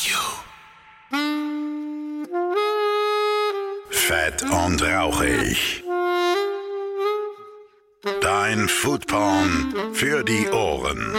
Fett und rauchig. Dein Foodporn für die Ohren.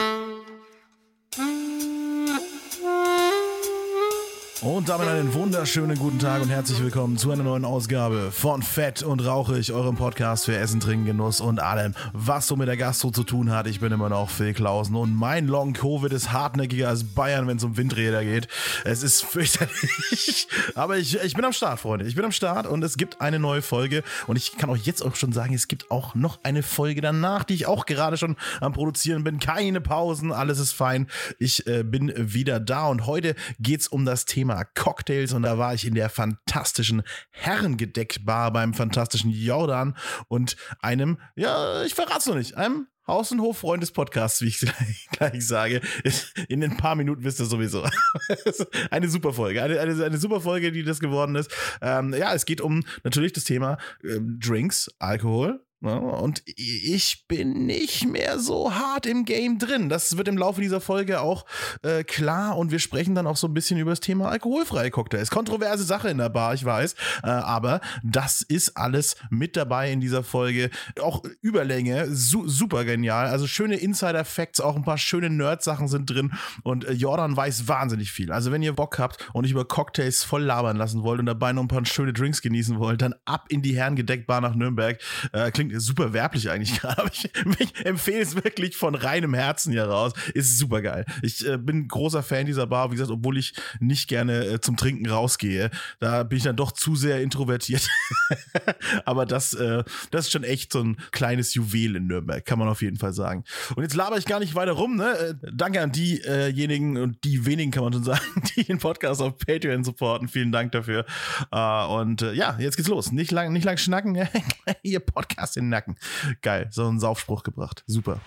Und damit einen wunderschönen guten Tag und herzlich willkommen zu einer neuen Ausgabe von Fett und Rauchig, eurem Podcast für Essen, Trinken, Genuss und allem, was so mit der Gastro zu tun hat. Ich bin immer noch Phil Clausen und mein Long-Covid ist hartnäckiger als Bayern, wenn es um Windräder geht. Es ist fürchterlich, aber ich bin am Start, Freunde. Ich bin am Start und es gibt eine neue Folge und ich kann euch jetzt auch schon sagen, es gibt auch noch eine Folge danach, die ich auch gerade schon am Produzieren bin. Keine Pausen, alles ist fein. Ich bin wieder da und heute geht's um das Thema Cocktails und da war ich in der fantastischen Herrengedeck-Bar beim fantastischen Jordan und einem, ja, ich verrat's noch nicht, einem Haus- und Hoffreund des Podcasts, wie ich gleich sage. In ein paar Minuten wisst ihr sowieso. Eine super Folge, eine super Folge, die das geworden ist. Ja, es geht um natürlich das Thema Drinks, Alkohol. Ja, und ich bin nicht mehr so hart im Game drin. Das wird im Laufe dieser Folge auch klar und wir sprechen dann auch so ein bisschen über das Thema alkoholfreie Cocktails. Kontroverse Sache in der Bar, ich weiß, aber das ist alles mit dabei in dieser Folge. Auch Überlänge, super genial. Also schöne Insider-Facts, auch ein paar schöne Nerd-Sachen sind drin und Jordan weiß wahnsinnig viel. Also wenn ihr Bock habt und euch über Cocktails voll labern lassen wollt und dabei noch ein paar schöne Drinks genießen wollt, dann ab in die Herrengedeck-Bar nach Nürnberg. Klingt super werblich eigentlich gerade, aber ich empfehle es wirklich von reinem Herzen hier raus. Ist super geil. Ich bin großer Fan dieser Bar, wie gesagt, obwohl ich nicht gerne zum Trinken rausgehe. Da bin ich dann doch zu sehr introvertiert. Aber das ist schon echt so ein kleines Juwel in Nürnberg, kann man auf jeden Fall sagen. Und jetzt laber ich gar nicht weiter rum, ne? Danke an diejenigen und die wenigen, kann man schon sagen, die den Podcast auf Patreon supporten. Vielen Dank dafür. Ja, jetzt geht's los. Nicht lang schnacken. Ihr Podcast in den Nacken. Geil, so einen Saufspruch gebracht. Super.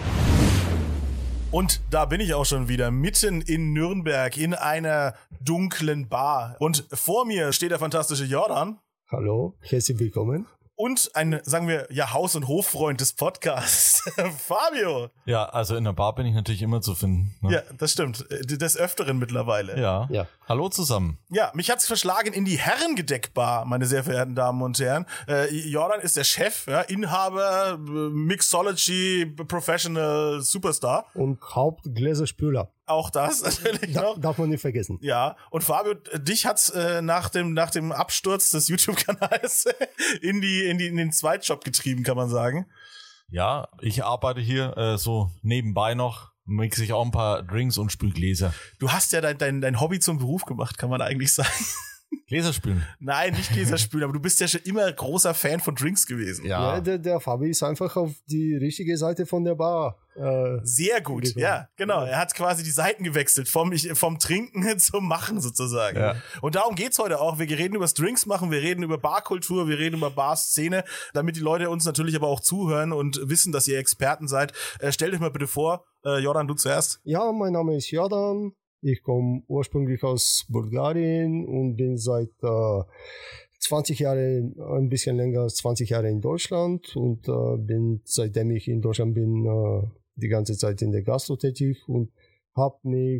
Und da bin ich auch schon wieder mitten in Nürnberg in einer dunklen Bar. Und vor mir steht der fantastische Jordan. Hallo, herzlich willkommen. Und ein, sagen wir, ja, Haus- und Hoffreund des Podcasts, Fabio. Ja, also in der Bar bin ich natürlich immer zu finden. Ne? Ja, das stimmt. Des Öfteren mittlerweile. Ja. Hallo zusammen. Ja, mich hat's verschlagen in die Herrengedeck-Bar, meine sehr verehrten Damen und Herren. Jordan ist der Chef, ja, Inhaber, Mixology, Professional, Superstar. Und Hauptgläserspüler. Auch das natürlich noch. Darf man nicht vergessen. Ja, und Fabio, dich hat's nach dem Absturz des YouTube-Kanals in den Zweitjob getrieben, kann man sagen. Ja, ich arbeite hier so nebenbei noch, mixe ich auch ein paar Drinks und spül Gläser. Du hast ja dein Hobby zum Beruf gemacht, kann man eigentlich sagen. Gläser spülen? Nein, nicht Gläser spülen, aber du bist ja schon immer großer Fan von Drinks gewesen. Ja, der Fabi ist einfach auf die richtige Seite von der Bar. Sehr gut, ja, genau. Er hat quasi die Seiten gewechselt, vom Trinken zum Machen sozusagen. Ja. Und darum geht's heute auch. Wir reden über das Drinks machen, wir reden über Barkultur, wir reden über Barszene, damit die Leute uns natürlich aber auch zuhören und wissen, dass ihr Experten seid. Stellt euch mal bitte vor, Jordan, du zuerst. Ja, mein Name ist Jordan. Ich komme ursprünglich aus Bulgarien und bin seit 20 Jahre, ein bisschen länger als 20 Jahre in Deutschland und bin, seitdem ich in Deutschland bin, die ganze Zeit in der Gastro tätig und habe mich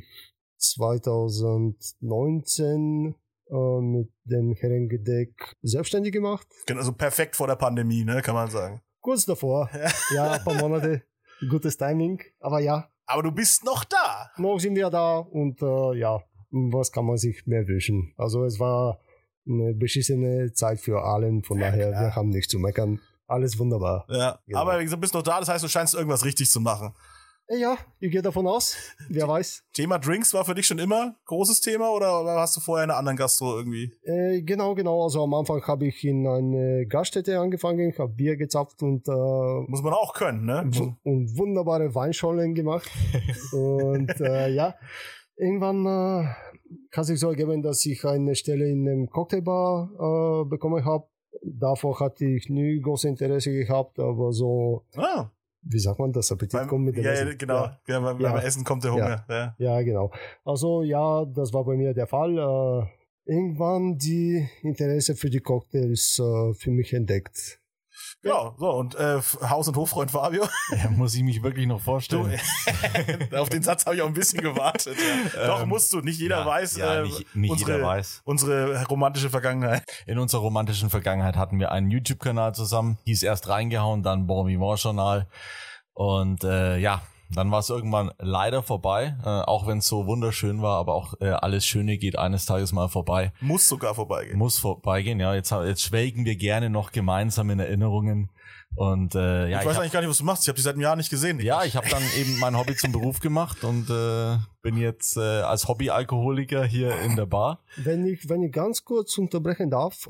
2019 mit dem Herrengedeck selbstständig gemacht. Also perfekt vor der Pandemie, ne, kann man sagen. Kurz davor, ja, ein paar Monate, gutes Timing, aber ja. Aber du bist noch da. Noch sind wir da und ja, was kann man sich mehr wünschen? Also es war eine beschissene Zeit für allen, von daher, klar. Wir haben nichts zu meckern. Alles wunderbar. Ja, genau. Aber du bist noch da, das heißt, du scheinst irgendwas richtig zu machen. Ja, ich gehe davon aus. Wer weiß. Thema Drinks war für dich schon immer großes Thema oder hast du vorher in einer anderen Gastro irgendwie? Genau. Also am Anfang habe ich in eine Gaststätte angefangen, habe Bier gezapft und muss man auch können, ne? Und wunderbare Weinschollen gemacht. Und ja, irgendwann kann sich so ergeben, dass ich eine Stelle in einem Cocktailbar bekommen habe. Davor hatte ich nie großes Interesse gehabt, aber so, wie sagt man, das Appetit kommt mit dem Essen. Ja, genau. Ja, beim Essen kommt der Hunger. Ja, genau. Also ja, das war bei mir der Fall. Irgendwann die Interesse für die Cocktails für mich entdeckt. Genau, so, und Haus- und Hoffreund Fabio. Ja, muss ich mich wirklich noch vorstellen. Auf den Satz habe ich auch ein bisschen gewartet. Ja. Doch, musst du. Nicht jeder weiß, nicht jeder weiß unsere romantische Vergangenheit. In unserer romantischen Vergangenheit hatten wir einen YouTube-Kanal zusammen, hieß erst Reingehauen, dann Bon Vivant Journal. Und dann war es irgendwann leider vorbei, auch wenn es so wunderschön war, aber auch alles Schöne geht eines Tages mal vorbei. Muss sogar vorbeigehen. Muss vorbeigehen, ja. Jetzt schwelgen wir gerne noch gemeinsam in Erinnerungen. Und ich weiß eigentlich gar nicht, was du machst. Ich habe dich seit einem Jahr nicht gesehen. Ja, ich habe dann eben mein Hobby zum Beruf gemacht und bin jetzt als Hobbyalkoholiker hier in der Bar. Wenn ich ganz kurz unterbrechen darf,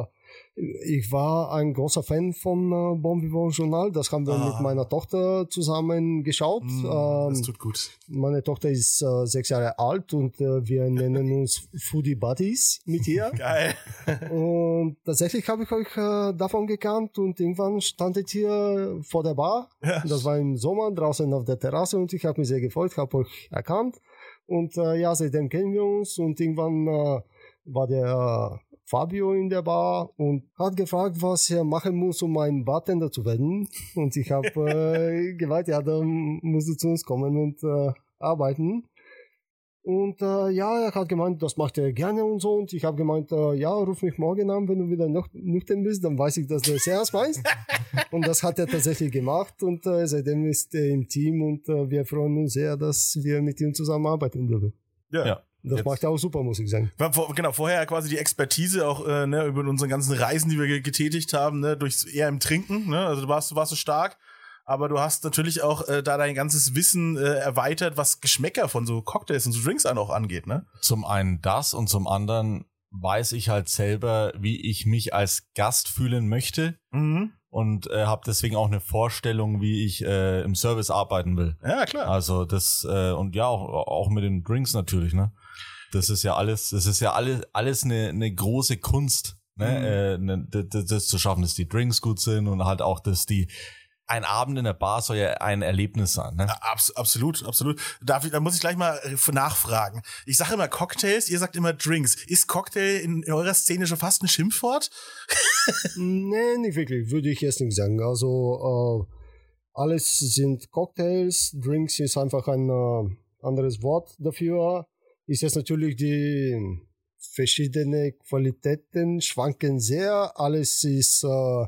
ich war ein großer Fan von Bon Vivant Journal. Das haben wir mit meiner Tochter zusammen geschaut. Das tut gut. Meine Tochter ist 6 Jahre alt und wir nennen uns Foodie Buddies mit ihr. Geil. Und tatsächlich habe ich euch davon gekannt und irgendwann standet ihr vor der Bar. Ja. Das war im Sommer draußen auf der Terrasse und ich habe mich sehr gefreut, habe euch erkannt. Und seitdem kennen wir uns und irgendwann war der Fabio in der Bar und hat gefragt, was er machen muss, um ein Bartender zu werden. Und ich habe gemeint, ja, dann musst du zu uns kommen und arbeiten. Und er hat gemeint, das macht er gerne und so. Und ich habe gemeint, ruf mich morgen an, wenn du wieder nüchtern bist, dann weiß ich, dass du es ernst meinst. Und das hat er tatsächlich gemacht. Und seitdem ist er im Team und wir freuen uns sehr, dass wir mit ihm zusammenarbeiten dürfen. Ja. Das macht er auch super, muss ich sagen. Genau, vorher quasi die Expertise auch über unsere ganzen Reisen, die wir getätigt haben, eher im Trinken. Ne? Also du warst so stark, aber du hast natürlich auch da dein ganzes Wissen erweitert, was Geschmäcker von so Cocktails und so Drinks auch angeht. Ne? Zum einen das und zum anderen weiß ich halt selber, wie ich mich als Gast fühlen möchte. Mhm. Und habe deswegen auch eine Vorstellung, wie ich im Service arbeiten will. Ja, klar. Also das und ja auch mit den Drinks natürlich, ne? Das ist ja alles eine große Kunst, ne? Das zu schaffen, dass die Drinks gut sind und halt auch, dass ein Abend in der Bar soll ja ein Erlebnis sein, ne? Ja, absolut. Da muss ich gleich mal nachfragen. Ich sage immer Cocktails, ihr sagt immer Drinks. Ist Cocktail in eurer Szene schon fast ein Schimpfwort? Nee, nicht wirklich, würde ich jetzt nicht sagen. Also alles sind Cocktails, Drinks ist einfach ein anderes Wort dafür. Ist jetzt natürlich die verschiedene Qualitäten schwanken sehr. Alles ist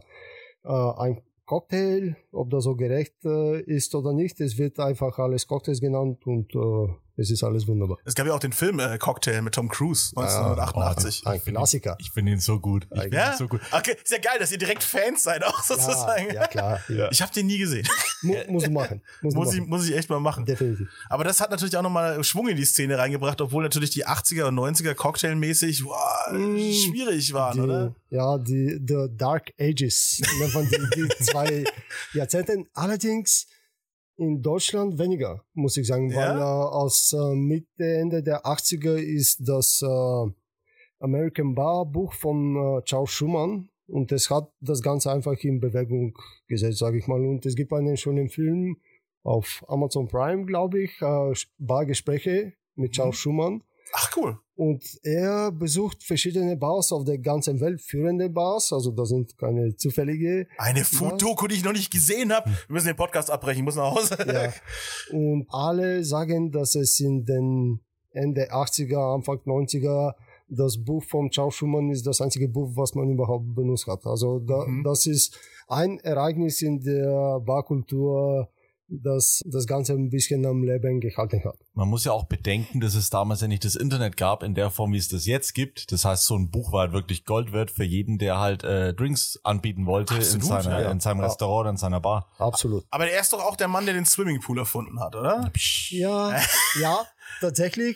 ein Cocktail, ob das so gerecht ist oder nicht. Es wird einfach alles Cocktails genannt und es ist alles wunderbar. Es gab ja auch den Film Cocktail mit Tom Cruise 1988. Ein Klassiker. Ich finde ihn so gut. So gut. Okay, ist ja geil, dass ihr direkt Fans seid auch sozusagen. Ja, klar. Ja. Ich habe den nie gesehen. Muss du machen. Muss ich echt mal machen. Definitiv. Aber das hat natürlich auch nochmal Schwung in die Szene reingebracht, obwohl natürlich die 80er und 90er Cocktailmäßig schwierig waren, oder? Ja, die Dark Ages, nennt man die 2 Jahrzehnte. Allerdings in Deutschland weniger, muss ich sagen, weil aus Mitte, Ende der 80er ist das American Bar Buch von Charles Schumann und das hat das Ganze einfach in Bewegung gesetzt, sage ich mal. Und es gibt einen schönen Film auf Amazon Prime, glaube ich, Bargespräche mit Charles Schumann. Ach, cool. Und er besucht verschiedene Bars auf der ganzen Welt, führende Bars, also das sind keine zufällige. Eine Food-Doku, die ich noch nicht gesehen habe. Wir müssen den Podcast abbrechen, ich muss nach Hause. Ja. Und alle sagen, dass es in den Ende 80er, Anfang 90er, das Buch von Charles Schumann ist das einzige Buch, was man überhaupt benutzt hat. Also das ist ein Ereignis in der Barkultur, das Ganze ein bisschen am Leben gehalten hat. Man muss ja auch bedenken, dass es damals ja nicht das Internet gab in der Form, wie es das jetzt gibt. Das heißt, so ein Buch war halt wirklich Gold wert für jeden, der halt Drinks anbieten wollte. Absolut, in seinem Restaurant, in seiner Bar. Absolut. Aber er ist doch auch der Mann, der den Swimmingpool erfunden hat, oder? Ja, tatsächlich.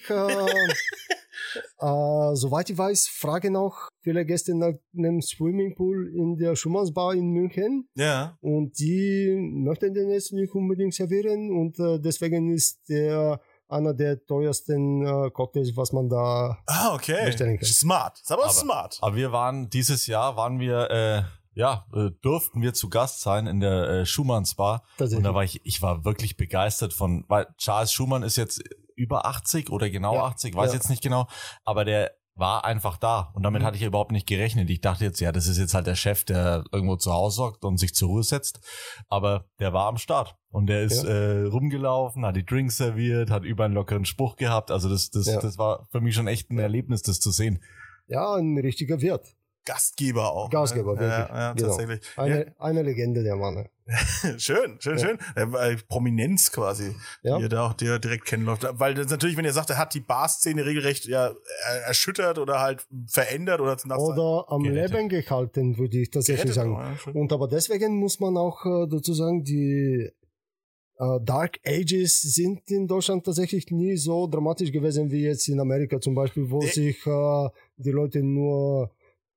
Soweit ich weiß, fragen auch viele Gäste nach einem Swimmingpool in der Schumannsbar in München. Ja. Und die möchten den jetzt nicht unbedingt servieren und deswegen ist der einer der teuersten Cocktails, was man da bestellen kann. Smart. Ist aber smart. Aber dieses Jahr durften wir zu Gast sein in der Schumannsbar. Und da war ich war wirklich begeistert weil Charles Schumann ist jetzt über 80 oder genau 80, weiß jetzt nicht genau, aber der war einfach da. Und damit hatte ich überhaupt nicht gerechnet. Ich dachte jetzt, ja, das ist jetzt halt der Chef, der irgendwo zu Hause hockt und sich zur Ruhe setzt. Aber der war am Start. Und der ist rumgelaufen, hat die Drinks serviert, hat über einen lockeren Spruch gehabt. Also das war für mich schon echt ein Erlebnis, das zu sehen. Ja, ein richtiger Wirt. Gastgeber auch. Gastgeber, ne? wirklich. Ja, Genau. tatsächlich. Eine Legende, der Mann. Ne? Schön. Prominenz quasi, die ihr da auch direkt kennenläuft. Weil das natürlich, wenn ihr sagt, er hat die Bar-Szene regelrecht erschüttert oder halt verändert oder am Leben gehalten, würde ich tatsächlich sagen. Und aber deswegen muss man auch dazu sagen, die Dark Ages sind in Deutschland tatsächlich nie so dramatisch gewesen wie jetzt in Amerika zum Beispiel, wo sich die Leute nur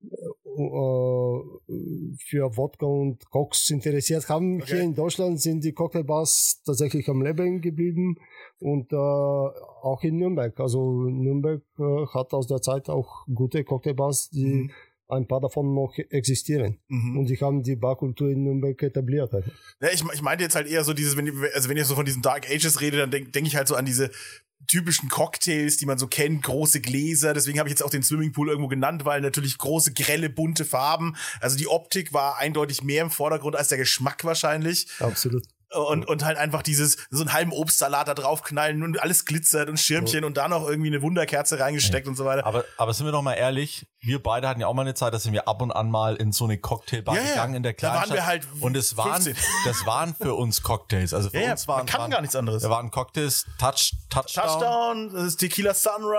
für Wodka und Koks interessiert haben. Okay. Hier in Deutschland sind die Cocktailbars tatsächlich am Leben geblieben und auch in Nürnberg. Also Nürnberg hat aus der Zeit auch gute Cocktailbars, die ein paar davon noch existieren. Und die haben die Barkultur in Nürnberg etabliert. Halt. Ja, ich meinte jetzt halt eher so dieses, wenn ihr so von diesen Dark Ages redet, dann denk ich halt so an diese typischen Cocktails, die man so kennt, große Gläser, deswegen habe ich jetzt auch den Swimmingpool irgendwo genannt, weil natürlich große, grelle, bunte Farben, also die Optik war eindeutig mehr im Vordergrund als der Geschmack wahrscheinlich. Absolut. Und halt einfach so einen halben Obstsalat da draufknallen und alles glitzert und Schirmchen und da noch irgendwie eine Wunderkerze reingesteckt und so weiter. Aber sind wir doch mal ehrlich, wir beide hatten ja auch mal eine Zeit, da sind wir ab und an mal in so eine Cocktailbar gegangen in der Kleinstadt. Da waren wir halt und das waren für uns Cocktails. Also für uns waren gar nichts anderes. Da waren Cocktails, Touchdown, das ist Tequila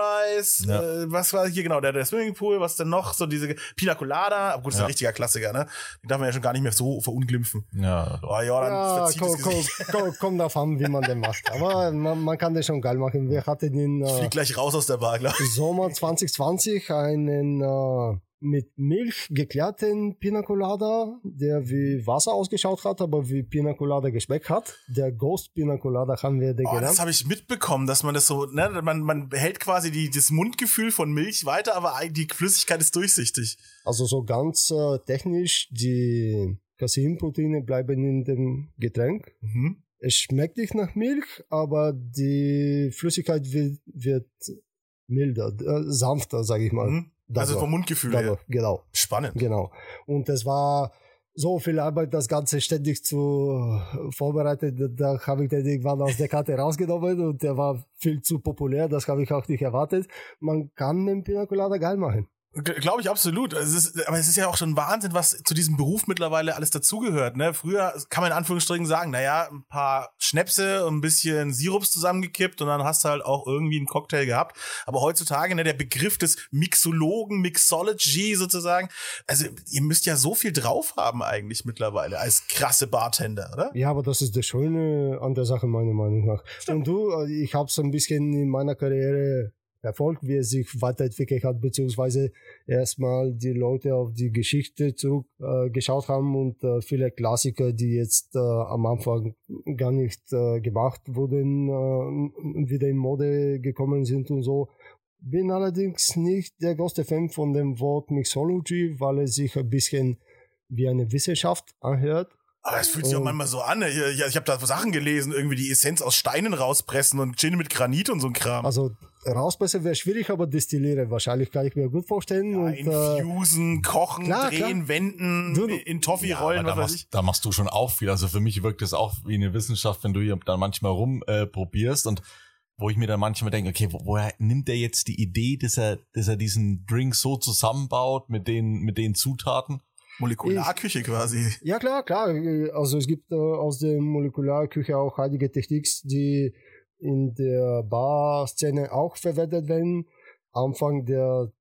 Sunrise, was war hier genau, der Swimmingpool, was denn noch, so diese Pina Colada, aber gut, das ist ein richtiger Klassiker, ne? Den darf man ja schon gar nicht mehr so verunglimpfen. Ja. Oh ja, dann verzieht kommt davon an, wie man den macht. Aber man kann das schon geil machen. Wir hatten in flieg gleich raus aus der Bar, glaube ich. Sommer 2020 einen mit Milch geklärten Pina Colada, der wie Wasser ausgeschaut hat, aber wie Pina Colada geschmeckt hat. Der Ghost Pina Colada haben wir den genannt. Das habe ich mitbekommen, dass man das so, ne, man behält quasi das Mundgefühl von Milch weiter, aber die Flüssigkeit ist durchsichtig. Also so ganz technisch, die Caseinproteine bleiben in dem Getränk. Es schmeckt nicht nach Milch, aber die Flüssigkeit wird milder, sanfter, sage ich mal. Also vom Mundgefühl her. Genau. Spannend. Genau. Und es war so viel Arbeit, das Ganze ständig zu vorbereiten. Da habe ich den irgendwann aus der Karte rausgenommen und der war viel zu populär. Das habe ich auch nicht erwartet. Man kann den Pina Colada geil machen. Glaube ich absolut. Aber es ist ja auch schon Wahnsinn, was zu diesem Beruf mittlerweile alles dazugehört. Ne? Früher kann man in Anführungsstrichen sagen, naja, ein paar Schnäpse und ein bisschen Sirups zusammengekippt und dann hast du halt auch irgendwie einen Cocktail gehabt. Aber heutzutage, ne, der Begriff des Mixologen, Mixology sozusagen, also ihr müsst ja so viel drauf haben eigentlich mittlerweile als krasse Bartender, oder? Ja, aber das ist das Schöne an der Sache, meiner Meinung nach. Stimmt. Und ich habe es ein bisschen in meiner Karriere verfolgt, wie es sich weiterentwickelt hat, beziehungsweise erstmal die Leute auf die Geschichte zurückgeschaut haben und viele Klassiker, die jetzt am Anfang gar nicht gemacht wurden, wieder in Mode gekommen sind und so. Bin allerdings nicht der größte Fan von dem Wort Mixology, weil es sich ein bisschen wie eine Wissenschaft anhört. Aber es fühlt sich auch manchmal so an. Ich habe da Sachen gelesen, irgendwie die Essenz aus Steinen rauspressen und Gin mit Granit und so ein Kram. Also rauspressen wäre schwierig, aber destillieren wahrscheinlich kann ich mir gut vorstellen. Ja, infusen, kochen, drehen, wenden, in Toffee rollen, was weiß ich. Da machst du schon auch viel. Also für mich wirkt es auch wie eine Wissenschaft, wenn du hier dann manchmal rumprobierst und wo ich mir dann manchmal denke, okay, woher nimmt er jetzt die Idee, dass er diesen Drink so zusammenbaut mit den Zutaten? Molekularküche quasi. Ja, klar. Also es gibt aus der Molekularküche auch einige Techniks, die in der Bar-Szene auch verwendet werden. Anfang der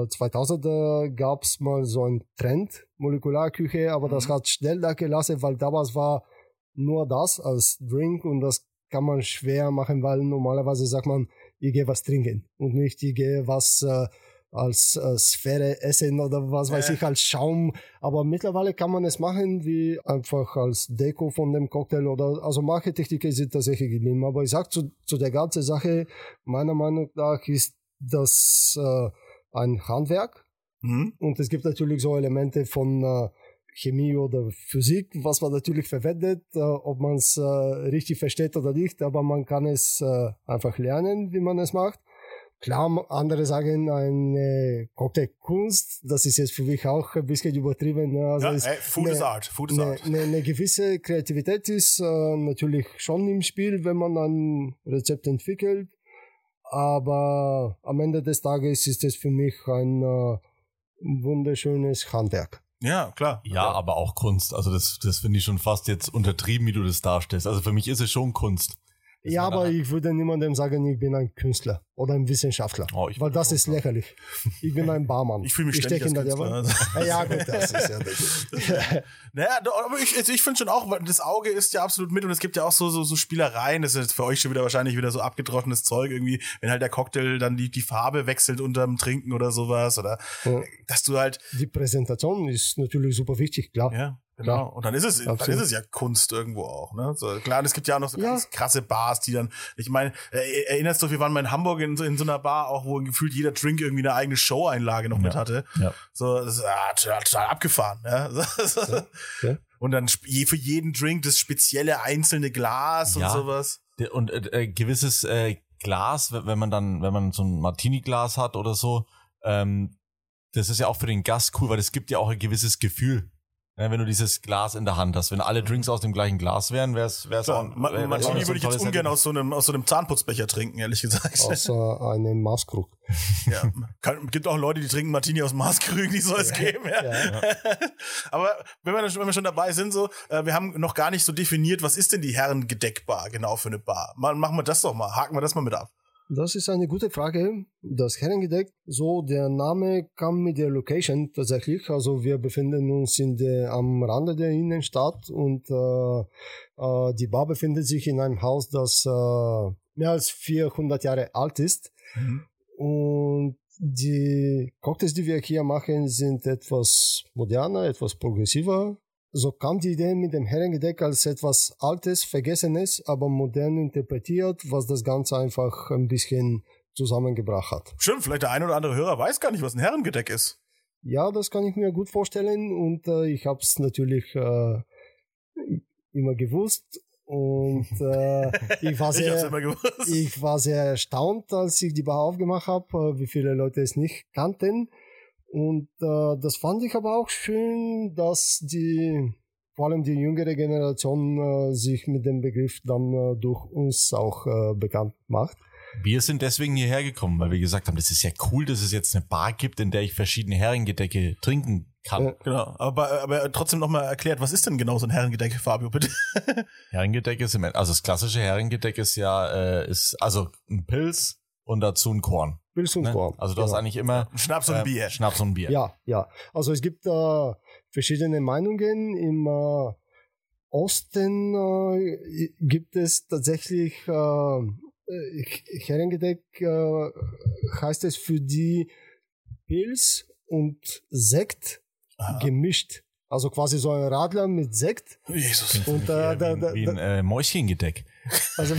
2000er gab es mal so einen Trend, Molekularküche, aber das hat schnell nachgelassen, weil damals war nur das als Drink und das kann man schwer machen, weil normalerweise sagt man, ich gehe was trinken und nicht ich gehe was als Sphäre essen oder was weiß ich, als Schaum. Aber mittlerweile kann man es machen, wie einfach als Deko von dem Cocktail oder, also manche Techniken sind tatsächlich geblieben. Aber ich sag zu der ganzen Sache, meiner Meinung nach ist das ein Handwerk. Und es gibt natürlich so Elemente von Chemie oder Physik, was man natürlich verwendet, ob man es richtig versteht oder nicht, aber man kann es einfach lernen, wie man es macht. Klar, andere sagen eine Cocktailkunst, das ist jetzt für mich auch ein bisschen übertrieben. Also Food is Art. Eine gewisse Kreativität ist natürlich schon im Spiel, wenn man ein Rezept entwickelt, aber am Ende des Tages ist es für mich ein wunderschönes Handwerk. Ja, klar. Ja, aber auch Kunst. Also das finde ich schon fast jetzt untertrieben, wie du das darstellst. Also für mich ist es schon Kunst. Ja, aber ich würde niemandem sagen, ich bin ein Künstler oder ein Wissenschaftler, weil das ist lächerlich. Ich bin ein Barmann. Ich fühle mich ständig als Künstler. Ja, gut, das ist ja naja, aber ich finde schon auch, das Auge ist ja absolut mit und es gibt ja auch so Spielereien, das ist jetzt für euch schon wieder wahrscheinlich wieder so abgetroschenes Zeug irgendwie, wenn halt der Cocktail dann die Farbe wechselt unterm Trinken oder sowas oder dass du halt... Die Präsentation ist natürlich super wichtig, klar. Ja. Genau. Und dann ist es ja Kunst irgendwo auch, ne? So, klar, und es gibt ja auch noch so ganz krasse Bars, die dann, ich meine, erinnerst du, wir waren mal in Hamburg in so einer Bar auch, wo gefühlt jeder Drink irgendwie eine eigene Show-Einlage noch mit hatte. Ja. So, das ist total abgefahren, ja. Ja. Und dann für jeden Drink das spezielle einzelne Glas und sowas. Und gewisses Glas, wenn man so ein Martini-Glas hat oder so, das ist ja auch für den Gast cool, weil das gibt ja auch ein gewisses Gefühl. Ja, wenn du dieses Glas in der Hand hast. Wenn alle Drinks aus dem gleichen Glas wären, wär's auch... Martini würde ich jetzt ungern aus so einem Zahnputzbecher trinken, ehrlich gesagt. Aus einem Maßkrug. Ja. Gibt auch Leute, die trinken Martini aus Maßkrügen, die soll es geben. Ja. Aber wenn wir schon dabei sind, so, wir haben noch gar nicht so definiert, was ist denn die Herrengedeckbar genau für eine Bar? Machen wir das doch mal, haken wir das mal mit ab. Das ist eine gute Frage. Das Herrengedeck, so der Name kam mit der Location tatsächlich. Also wir befinden uns am Rande der Innenstadt und die Bar befindet sich in einem Haus, das mehr als 400 Jahre alt ist. Mhm. Und die Cocktails, die wir hier machen, sind etwas moderner, etwas progressiver. So kam die Idee mit dem Herrengedeck als etwas Altes, Vergessenes, aber modern interpretiert, was das Ganze einfach ein bisschen zusammengebracht hat. Stimmt, vielleicht der ein oder andere Hörer weiß gar nicht, was ein Herrengedeck ist. Ja, das kann ich mir gut vorstellen und ich habe es natürlich immer gewusst. Und ich war sehr erstaunt, als ich die Bar aufgemacht habe, wie viele Leute es nicht kannten. Und das fand ich aber auch schön, dass vor allem die jüngere Generation sich mit dem Begriff dann durch uns auch bekannt macht. Wir sind deswegen hierher gekommen, weil wir gesagt haben, das ist ja cool, dass es jetzt eine Bar gibt, in der ich verschiedene Herrengedecke trinken kann. Ja. Genau, aber trotzdem nochmal erklärt, was ist denn genau so ein Herrengedeck, Fabio, bitte? Herrengedeck ist also das klassische Herrengedeck ist ja ist also ein Pilz und dazu ein Korn. Pilz und Korn. Also du hast eigentlich immer Schnaps und Bier. Schnaps und Bier. Ja. Also es gibt verschiedene Meinungen. Im Osten gibt es tatsächlich Herrengedeck heißt es für die Pilz und Sekt gemischt. Also quasi so ein Radler mit Sekt. Jesus. Und wie ein Mäuschengedeck. Also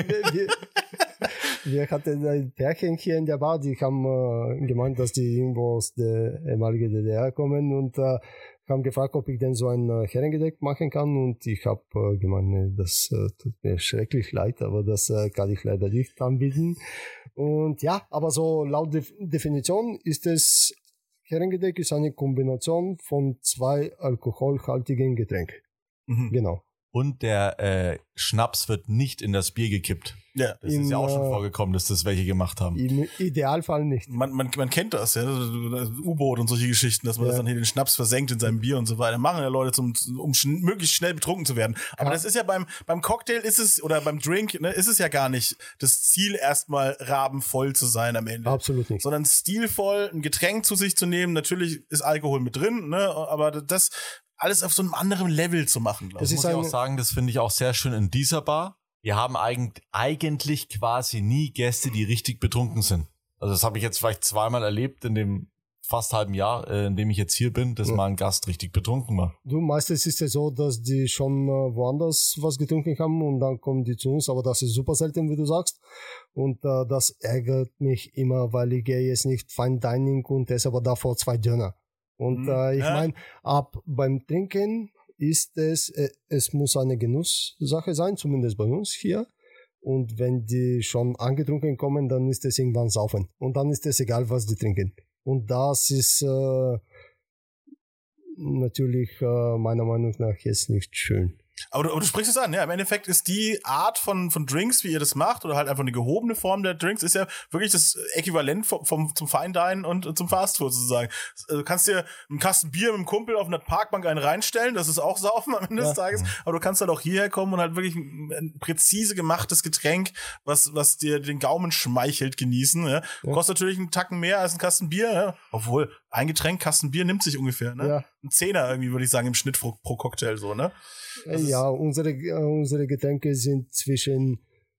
wir hatten ein Pärchen hier in der Bar, die haben gemeint, dass die irgendwo aus der ehemaligen DDR kommen und haben gefragt, ob ich denn so ein Herrengedeck machen kann und ich habe gemeint, nee, das tut mir schrecklich leid, aber das kann ich leider nicht anbieten. Und ja, aber so laut Definition ist es, Herrengedeck ist eine Kombination von 2 alkoholhaltigen Getränken. Mhm. Genau. Und der Schnaps wird nicht in das Bier gekippt. Ja, das ist ja auch schon vorgekommen, dass das welche gemacht haben. Im Idealfall nicht. Man kennt das, ja, U-Boot und solche Geschichten, dass man das dann hier den Schnaps versenkt in seinem Bier und so weiter. Machen ja Leute, um möglichst schnell betrunken zu werden. Aber das ist ja beim Cocktail oder beim Drink, ne, ist es ja gar nicht das Ziel, erstmal rabenvoll zu sein am Ende. Absolut nicht. Sondern stilvoll ein Getränk zu sich zu nehmen. Natürlich ist Alkohol mit drin, ne, aber das alles auf so einem anderen Level zu machen, glaube ich. Das muss ich auch sagen, das finde ich auch sehr schön in dieser Bar. Wir haben eigentlich quasi nie Gäste, die richtig betrunken sind. Also das habe ich jetzt vielleicht zweimal erlebt in dem fast halben Jahr, in dem ich jetzt hier bin, dass mal ein Gast richtig betrunken war. Du, meistens ist es so, dass die schon woanders was getrunken haben und dann kommen die zu uns, aber das ist super selten, wie du sagst. Und das ärgert mich immer, weil ich gehe jetzt nicht Fine Dining und esse aber davor 2 Döner. Und ich meine, beim Trinken ist es muss eine Genusssache sein, zumindest bei uns hier. Und wenn die schon angetrunken kommen, dann ist es irgendwann saufen. Und dann ist es egal, was die trinken. Und das ist natürlich meiner Meinung nach jetzt nicht schön. Aber du sprichst es an, ja. Im Endeffekt ist die Art von Drinks, wie ihr das macht, oder halt einfach eine gehobene Form der Drinks, ist ja wirklich das Äquivalent zum Fine Dine und zum Fast Food sozusagen. Du kannst dir einen Kasten Bier mit einem Kumpel auf einer Parkbank einen reinstellen, das ist auch saufen am Ende des Tages, aber du kannst halt auch hierher kommen und halt wirklich ein präzise gemachtes Getränk, was dir den Gaumen schmeichelt, genießen. Ja. Kostet natürlich einen Tacken mehr als ein Kasten Bier, ja. Obwohl ein Getränk, Kasten Bier nimmt sich ungefähr, ne? Ja. Ein Zehner irgendwie, würde ich sagen, im Schnitt pro Cocktail so, ne? Ja, unsere Getränke sind zwischen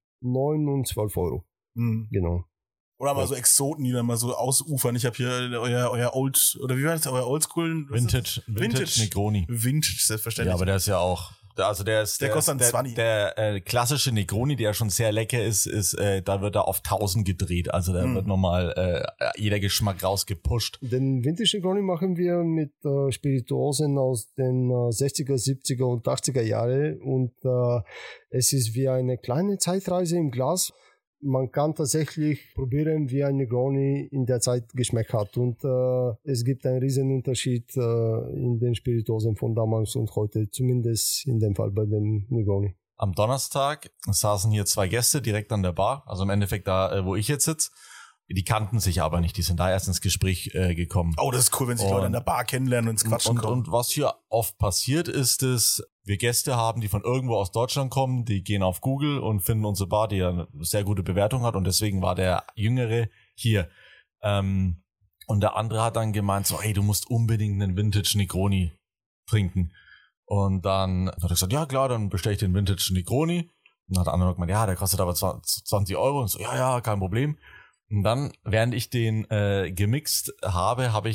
9 und 12 Euro. Mhm. Genau. Oder mal so Exoten, die dann mal so ausufern. Ich habe hier euer Old, oder wie war das, euer Oldschool? Vintage Negroni. Vintage, selbstverständlich. Ja, aber der ist ja auch, also der kostet dann 20. Der klassische Negroni, der schon sehr lecker ist, da wird er auf 1000 gedreht. Also da wird nochmal jeder Geschmack rausgepusht. Den Vintage Negroni machen wir mit Spirituosen aus den 60er, 70er und 80er Jahre. Und es ist wie eine kleine Zeitreise im Glas. Man kann tatsächlich probieren, wie ein Negroni in der Zeit geschmeckt hat. Und es gibt einen riesen Unterschied in den Spirituosen von damals und heute, zumindest in dem Fall bei dem Negroni. Am Donnerstag saßen hier 2 Gäste direkt an der Bar, also im Endeffekt da, wo ich jetzt sitze. Die kannten sich aber nicht, die sind da erst ins Gespräch gekommen. Oh, das ist cool, wenn sich Leute an der Bar kennenlernen und ins Quatschen kommen. Und was hier oft passiert ist, dass wir Gäste haben, die von irgendwo aus Deutschland kommen, die gehen auf Google und finden unsere Bar, die ja eine sehr gute Bewertung hat, und deswegen war der Jüngere hier. Und der andere hat dann gemeint so, hey, du musst unbedingt einen Vintage Negroni trinken. Und dann hat er gesagt, ja klar, dann bestelle ich den Vintage Negroni. Und dann hat der andere gemeint, ja, der kostet aber 20 Euro. Und so, ja, kein Problem. Und dann, während ich den gemixt habe, hat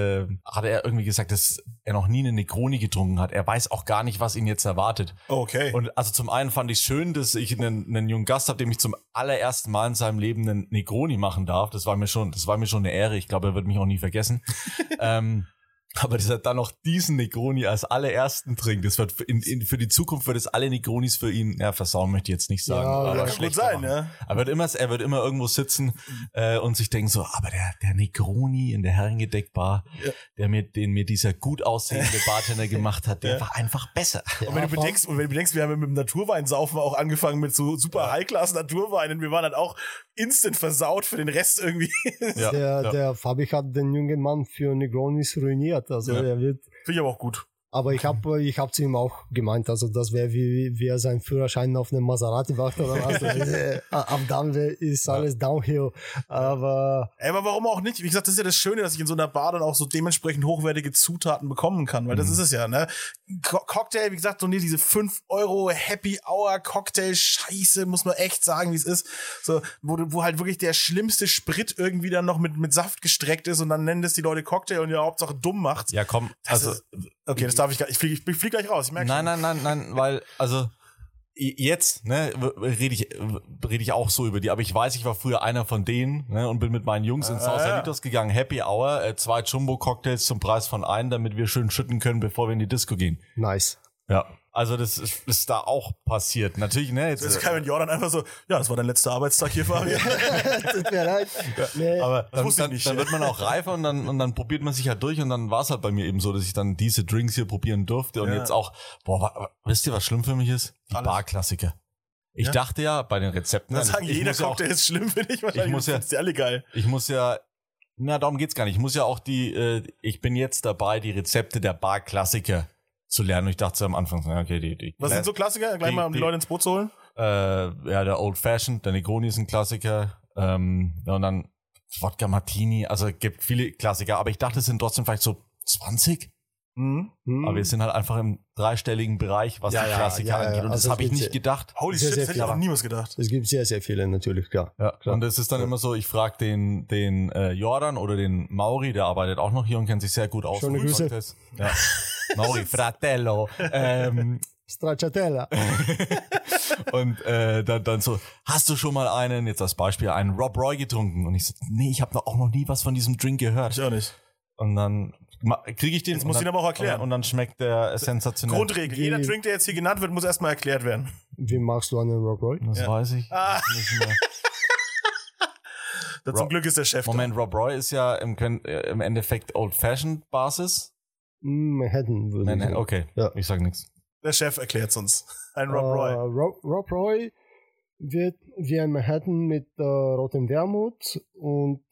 er irgendwie gesagt, dass er noch nie einen Negroni getrunken hat. Er weiß auch gar nicht, was ihn jetzt erwartet. Okay. Und also zum einen fand ich es schön, dass ich einen jungen Gast habe, dem ich zum allerersten Mal in seinem Leben einen Negroni machen darf. Das war mir schon eine Ehre. Ich glaube, er wird mich auch nie vergessen. Aber dass er dann noch diesen Negroni als allerersten trinkt, das wird für die Zukunft wird es alle Negronis für ihn, versauen möchte ich jetzt nicht sagen. Ja, aber kann gut sein, ne? Er wird immer irgendwo sitzen und sich denken so, aber der Negroni in der Herrengedeckbar, den mir dieser gut aussehende Bartender gemacht hat, der war einfach besser. Und wenn du bedenkst, wir haben mit dem Naturweinsaufen auch angefangen mit so super High-Class-Naturweinen. Wir waren dann auch instant versaut für den Rest irgendwie. Der Fabi hat den jungen Mann für Negronis ruiniert. Also er wird. Finde ich aber auch gut. Aber ich hab zu ihm auch gemeint, also das wäre wie er seinen Führerschein auf einem Maserati macht oder was. Ab dann ist alles Downhill. Aber warum auch nicht? Wie gesagt, das ist ja das Schöne, dass ich in so einer Bar dann auch so dementsprechend hochwertige Zutaten bekommen kann, weil das ist es ja, ne? Cocktail, wie gesagt, so diese 5 Euro Happy Hour Cocktail Scheiße, muss man echt sagen, wie es ist. So, wo halt wirklich der schlimmste Sprit irgendwie dann noch mit Saft gestreckt ist und dann nennen das die Leute Cocktail und ja Hauptsache dumm macht. Ja, komm, okay, das darf ich gar nicht. Ich flieg gleich raus. Ich merke schon. Nein, weil, also, jetzt, ne, rede ich auch so über die, aber ich weiß, ich war früher einer von denen, ne, und bin mit meinen Jungs ins Sausalitos gegangen, Happy Hour, 2 Jumbo-Cocktails zum Preis von 1, damit wir schön schütten können, bevor wir in die Disco gehen. Nice. Ja. Also das ist da auch passiert. Natürlich, ne? Jetzt ist Kevin Jordan einfach so, ja, das war dein letzter Arbeitstag hier, Fabian. Tut mir leid. Nee. Aber dann wird man auch reifer und dann probiert man sich halt durch und dann war es halt bei mir eben so, dass ich dann diese Drinks hier probieren durfte und jetzt auch, wisst ihr, was schlimm für mich ist? Die Barklassiker. Ich dachte ja bei den Rezepten. Das sagen jeder Cocktail ist schlimm für dich wahrscheinlich. Das ist alle geil. Darum geht's gar nicht. Ich muss ja auch ich bin jetzt dabei, die Rezepte der Barklassiker zu lernen. Und ich dachte am Anfang, okay, was sind so Klassiker? Gleich mal, um die Leute ins Boot zu holen. Der Old Fashioned, der Negroni ist ein Klassiker. Und dann Wodka Martini. Also es gibt viele Klassiker. Aber ich dachte, es sind trotzdem vielleicht so 20. Aber wir sind halt einfach im 3-stelligen Bereich, was die Klassiker angeht. Und also das habe ich nicht gedacht. Holy shit, hätte ich aber niemals gedacht. Es gibt sehr, sehr viele natürlich, klar. Ja, klar. Und es ist dann immer so, ich frage den Jordan oder den Mauri, der arbeitet auch noch hier und kennt sich sehr gut aus. Schöne Grüße. Ja. Mauri, Fratello. Stracciatella. Und dann so, hast du schon mal jetzt als Beispiel einen Rob Roy getrunken? Und ich so, nee, ich habe auch noch nie was von diesem Drink gehört. Ich auch nicht. Und dann kriege ich den. Jetzt muss ich ihn aber auch erklären. Und dann schmeckt der sensationell. Grundregel. Jeder Drink, der jetzt hier genannt wird, muss erstmal erklärt werden. Wie magst du einen Rob Roy? Das weiß ich. Nicht mehr. Zum Glück ist der Chef Moment, Rob Roy ist ja im Endeffekt Old-Fashioned Basis. Manhattan würde ich sagen. Okay, Ja. Ich sag nichts. Der Chef erklärt's uns. Ein Rob Roy. Rob Roy wird wie ein Manhattan mit rotem Wermut und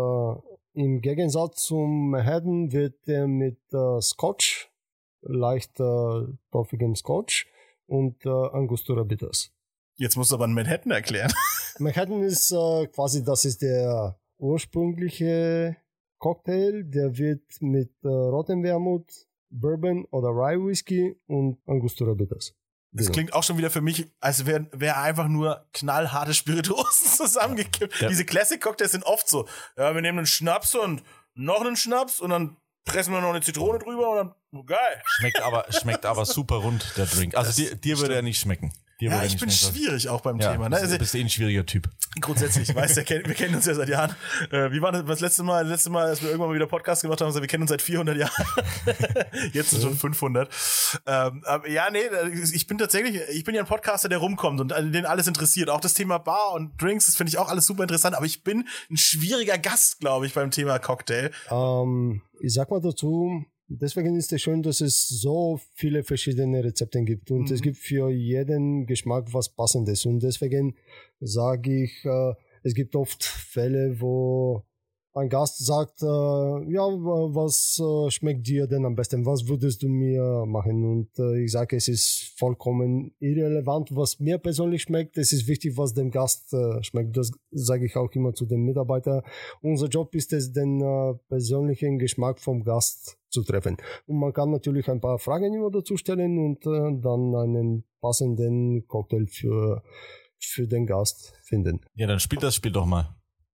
im Gegensatz zum Manhattan wird er mit Scotch, leicht toffigem Scotch und Angostura Bitters. Jetzt musst du aber einen Manhattan erklären. Manhattan ist quasi, das ist der ursprüngliche Cocktail, der wird mit rotem Wermut, Bourbon oder Rye Whisky und Angostura Bitters. Das klingt auch schon wieder für mich, als wäre einfach nur knallharte Spirituosen zusammengekippt. Ja. Diese Classic-Cocktails sind oft so, ja, wir nehmen einen Schnaps und noch einen Schnaps und dann pressen wir noch eine Zitrone drüber und dann, geil. Schmeckt aber super rund, der Drink. Also dir würde er nicht schmecken. Ja, ich bin schwierig auch beim Thema. Ne? Du bist ein schwieriger Typ. Grundsätzlich, weißt du, wir kennen uns ja seit Jahren. Wie war das letzte Mal, als wir irgendwann mal wieder Podcast gemacht haben, wir kennen uns seit 400 Jahren. Jetzt sind schon 500. Aber ja, nee, ich bin ja ein Podcaster, der rumkommt und den alles interessiert. Auch das Thema Bar und Drinks, das finde ich auch alles super interessant. Aber ich bin ein schwieriger Gast, glaube ich, beim Thema Cocktail. Ich sag mal dazu, deswegen ist es schön, dass es so viele verschiedene Rezepte gibt und es gibt für jeden Geschmack was Passendes und deswegen sage ich, es gibt oft Fälle, wo ein Gast sagt, ja, was schmeckt dir denn am besten, was würdest du mir machen? Und ich sage, es ist vollkommen irrelevant, was mir persönlich schmeckt, es ist wichtig, was dem Gast schmeckt. Das sage ich auch immer zu den Mitarbeitern. Unser Job ist es, den persönlichen Geschmack vom Gast zu treffen. Und man kann natürlich ein paar Fragen immer dazu stellen und dann einen passenden Cocktail für den Gast finden. Ja, dann spielt das Spiel doch mal.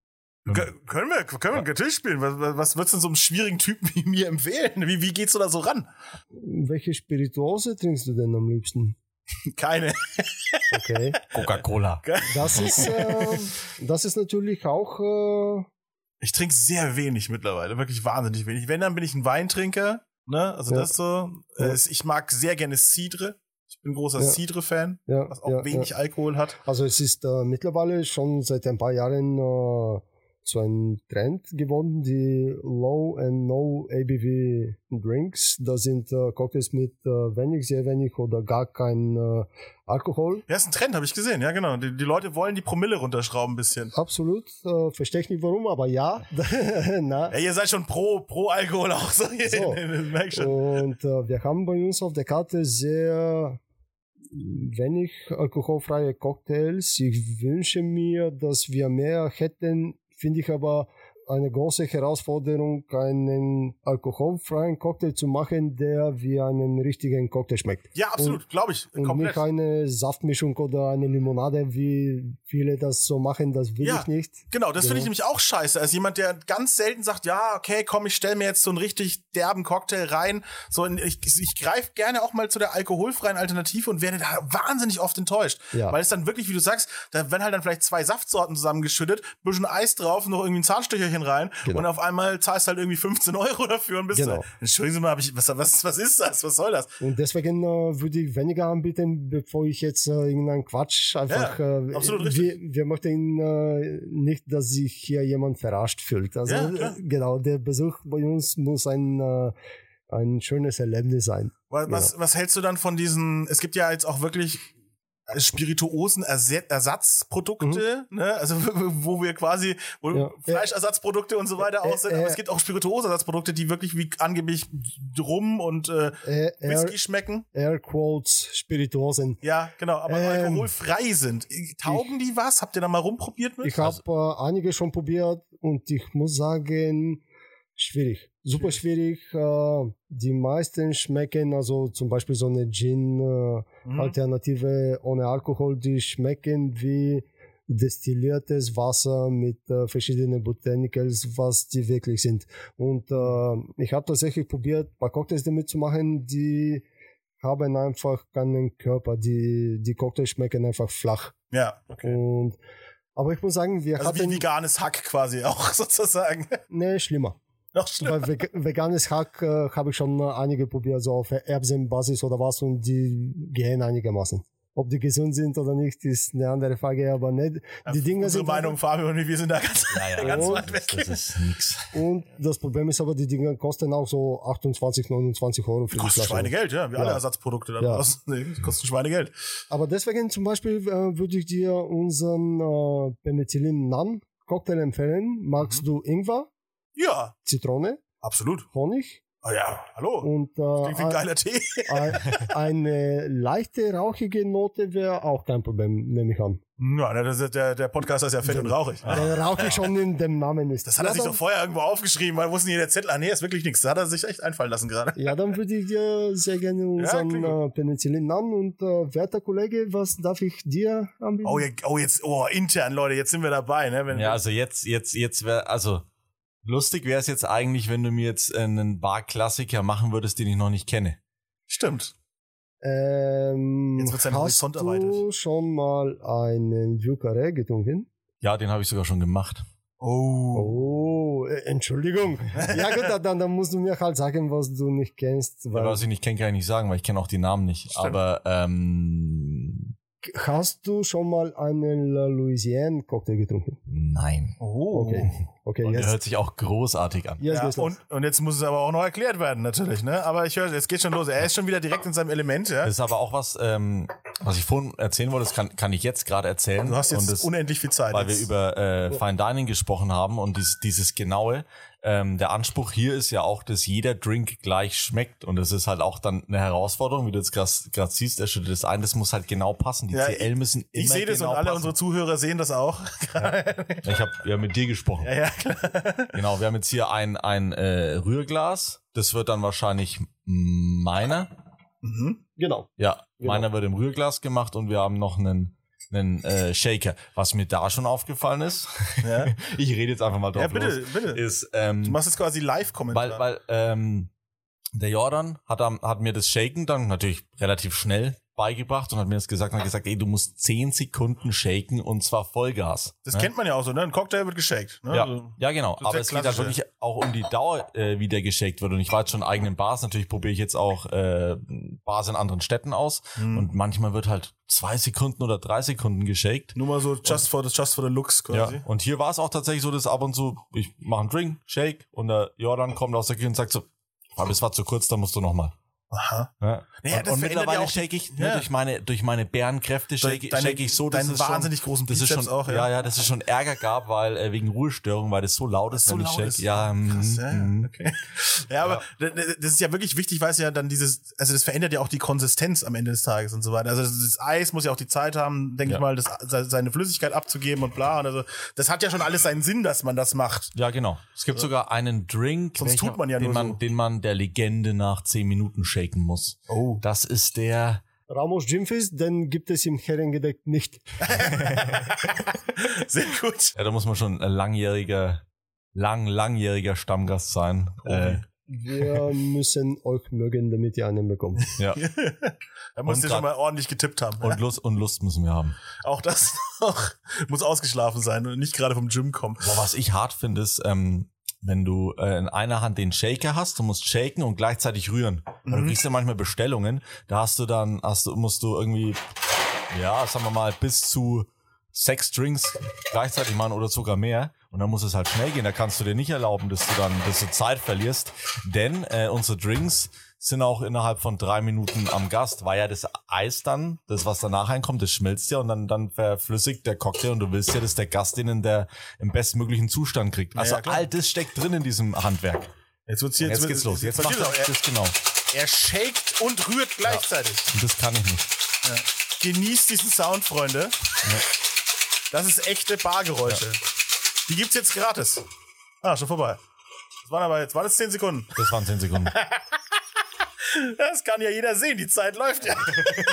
Können wir natürlich spielen. Was würdest du denn so einem schwierigen Typen wie mir empfehlen? Wie geht's du da so ran? Welche Spirituose trinkst du denn am liebsten? Keine. Okay. Coca-Cola. Das ist natürlich auch... Ich trinke sehr wenig mittlerweile, wirklich wahnsinnig wenig. Wenn, dann bin ich ein Weintrinker, ne? Also das so. Ich mag sehr gerne Cidre. Ich bin ein großer Cidre-Fan, was auch wenig Alkohol hat. Also es ist mittlerweile schon seit ein paar Jahren so ein Trend geworden, die Low and No ABV Drinks. Das sind Cocktails mit wenig, sehr wenig oder gar kein Alkohol. Ja, ist ein Trend, habe ich gesehen, ja genau. Die Leute wollen die Promille runterschrauben ein bisschen. Absolut, verstehe ich nicht warum, aber ja. Na. Ja, ihr seid schon pro Alkohol auch so. Das merk ich schon. Und wir haben bei uns auf der Karte sehr wenig alkoholfreie Cocktails. Ich wünsche mir, dass wir mehr hätten, finde ich aber eine große Herausforderung, einen alkoholfreien Cocktail zu machen, der wie einen richtigen Cocktail schmeckt. Ja, absolut, glaube ich. Und komplett. nicht eine Saftmischung oder eine Limonade, wie viele das so machen, das will ich nicht. Genau, das finde ich nämlich auch scheiße. Als jemand, der ganz selten sagt, ja, okay, komm, ich stelle mir jetzt so einen richtig derben Cocktail rein. So, ich greife gerne auch mal zu der alkoholfreien Alternative und werde da wahnsinnig oft enttäuscht. Ja. Weil es dann wirklich, wie du sagst, da werden halt dann vielleicht 2 Saftsorten zusammengeschüttet, bisschen Eis drauf, noch irgendwie ein Zahnstöcherchen rein und auf einmal zahlst du halt irgendwie 15 € dafür und bist entschuldigen Sie mal, was ist das? Was soll das? Und deswegen würde ich weniger anbieten, bevor ich jetzt irgendeinen Quatsch einfach... absolut richtig. Wir möchten nicht, dass sich hier jemand verarscht fühlt. Also genau, der Besuch bei uns muss ein schönes Erlebnis sein. Was hältst du dann von diesen, es gibt ja jetzt auch wirklich Spirituosen Ersatzprodukte, ne? Also wo wir quasi Fleischersatzprodukte und so weiter aus sind, aber es gibt auch Spirituosenersatzprodukte, die wirklich wie angeblich Rum und Whisky schmecken. Air Quotes Spirituosen. Ja, genau, aber alkoholfrei sind. Taugen die was? Habt ihr da mal rumprobiert mit? Ich habe einige schon probiert und ich muss sagen, schwierig. Super schwierig. Die meisten schmecken, also zum Beispiel so eine Gin-Alternative ohne Alkohol, die schmecken wie destilliertes Wasser mit verschiedenen Botanicals, was die wirklich sind. Und ich habe tatsächlich probiert, ein paar Cocktails damit zu machen, die haben einfach keinen Körper. Die Cocktails schmecken einfach flach. Ja, okay. Aber ich muss sagen, wir hatten... wie veganes Hack quasi auch sozusagen. Nee, schlimmer. Noch schlimmer. Weil veganes Hack habe ich schon einige probiert, so auf Erbsenbasis oder was, und die gehen einigermaßen. Ob die gesund sind oder nicht, ist eine andere Frage, aber nicht. Die Dinge Unsere sind Meinung, Fabio und wir sind da ganz und weit weg. Das ist nix. Und das Problem ist aber, die Dinge kosten auch so 28, 29 Euro für die Kostet Flasche. Schweinegeld, ja, wie alle Ersatzprodukte da draußen. Nee, das kostet Schweinegeld. Aber deswegen zum Beispiel würde ich dir unseren Penicillin Nan Cocktail empfehlen. Magst du Ingwer, Ja, Zitrone, absolut. Honig Oh ja, hallo. und Klingt wie ein geiler Tee. eine leichte rauchige Note wäre auch kein Problem, nehme ich an. Ja, das ist der Podcast ist ja fett und rauchig. Der rauchig schon in dem Namen ist. Das hat er sich doch vorher irgendwo aufgeschrieben, weil wussten hier der Zettel, nee, ist wirklich nichts. Das hat er sich echt einfallen lassen gerade. Ja, dann würde ich dir sehr gerne unseren klingt Penicillin Nan und werter Kollege, was darf ich dir anbieten? Oh, intern, Leute, jetzt sind wir dabei, ne? Ja, also jetzt wäre, also lustig wäre es jetzt eigentlich, wenn du mir jetzt einen Bar-Klassiker machen würdest, den ich noch nicht kenne. Stimmt. Jetzt wird sein hast Horizont du erweitert. schon mal einen Vieux Carré getrunken? Ja, den habe ich sogar schon gemacht. Oh. Oh, Entschuldigung. Ja gut, dann musst du mir halt sagen, was du nicht kennst. Weil Was ich nicht kenne, kann ich nicht sagen, weil ich kenne auch die Namen nicht. Stimmt. Aber hast du schon mal einen La Louisiane Cocktail getrunken? nein. Oh. Okay, Und der jetzt. hört sich auch großartig an. Jetzt Ja, geht's los. und jetzt muss es aber auch noch erklärt werden, natürlich, ne? Aber ich höre, es geht schon los. Er ist schon wieder direkt in seinem Element, ja? Das ist aber auch was ich vorhin erzählen wollte, das kann ich jetzt gerade erzählen. Du hast und jetzt das, unendlich viel Zeit. weil wir jetzt. über Fine Dining gesprochen haben und dieses Genaue. Der Anspruch hier ist ja auch, dass jeder Drink gleich schmeckt und das ist halt auch dann eine Herausforderung, wie du jetzt gerade siehst, er schüttet das ein, das muss halt genau passen. Die Ja, CL müssen immer Ich sehe das genau und alle passen. unsere Zuhörer sehen das auch. Ich habe ja mit dir gesprochen. Ja, klar. Genau, wir haben jetzt hier ein Rührglas, das wird dann wahrscheinlich meiner. Mhm. Genau. Ja, Genau. meiner wird im Rührglas gemacht und wir haben noch einen Shaker. Was mir da schon aufgefallen ist, Ja. ich rede jetzt einfach mal drauf Ja, bitte, los, bitte. ist, Du machst jetzt quasi Live-Kommentar. weil der Jordan hat mir das Shaken dann natürlich relativ schnell beigebracht und hat mir das gesagt und hat gesagt, ey, du musst 10 Sekunden shaken und zwar Vollgas. Das ne? kennt man ja auch so, ne? Ein Cocktail wird geshakt. Ne? Ja, Also, ja, genau. das ist Aber der es geht halt klassische. wirklich auch um die Dauer, wie der geshakt wird. Und ich war jetzt schon in eigenen Bars. Natürlich probiere ich jetzt auch Bars in anderen Städten aus. Mhm. Und manchmal wird halt 2 Sekunden oder 3 Sekunden geshakt. Nur mal so just for the looks quasi. Ja. Und hier war es auch tatsächlich so, dass ab und zu, ich mache einen Drink, shake und der Jordan kommt aus der Küche und sagt so, aber das war zu kurz, da musst du nochmal. Aha. Ja. Naja, das und verändert mittlerweile ja auch die- shake ich, ja. durch meine Bärenkräfte shake ich so, dass deinen es schon, wahnsinnig großen das ist Bizeps schon, auch, ja. ja, dass es schon Ärger gab, weil wegen Ruhestörung, weil das so laut ist, So wenn ich laut shake. ist. Ja, Krass, ja, mhm. okay. Ja, aber das ist ja wirklich wichtig, weil es ja dann also das verändert ja auch die Konsistenz am Ende des Tages und so weiter. Also das Eis muss ja auch die Zeit haben, denke Ja. ich mal, seine Flüssigkeit abzugeben und bla. Und also das hat ja schon alles seinen Sinn, dass man das macht. Ja, genau. Es gibt sogar einen Drink, Sonst tut man ja den, nur so. den man der Legende nach 10 Minuten shaken muss. Oh. Das ist der, Ramos Gymfist, den gibt es im Herrengedeck nicht. Sehr gut. ja, da muss man schon ein langjähriger Stammgast sein. Wir müssen euch mögen, damit ihr einen bekommt. Ja. Da musst Und du schon grad- mal ordentlich getippt haben. Und Lust müssen wir haben. Auch das noch muss ausgeschlafen sein und nicht gerade vom Gym kommen. Boah, was ich hart finde, ist, wenn du in einer Hand den Shaker hast, du musst shaken und gleichzeitig rühren. Weil du kriegst ja manchmal Bestellungen, da musst du irgendwie, ja, sagen wir mal, bis zu 6 Drinks gleichzeitig machen oder sogar mehr. Und dann muss es halt schnell gehen. Da kannst du dir nicht erlauben, dass du Zeit verlierst. Denn unsere Drinks sind auch innerhalb von 3 Minuten am Gast, weil ja das Eis dann, das was danach reinkommt, das schmilzt ja und dann verflüssigt der Cocktail und du willst ja, dass der Gast den im bestmöglichen Zustand kriegt. Also Ja, klar. all das steckt drin in diesem Handwerk. Jetzt wird's hier, Jetzt geht's los. Jetzt macht verstehst du er auch, das genau. er shakt und rührt gleichzeitig. Und das kann ich nicht. Genießt diesen Sound, Freunde. Das ist echte Bargeräusche. Die gibt's jetzt gratis. Ah, schon vorbei. Jetzt waren das 10 Sekunden. Das waren 10 Sekunden. Das kann ja jeder sehen, die Zeit läuft ja.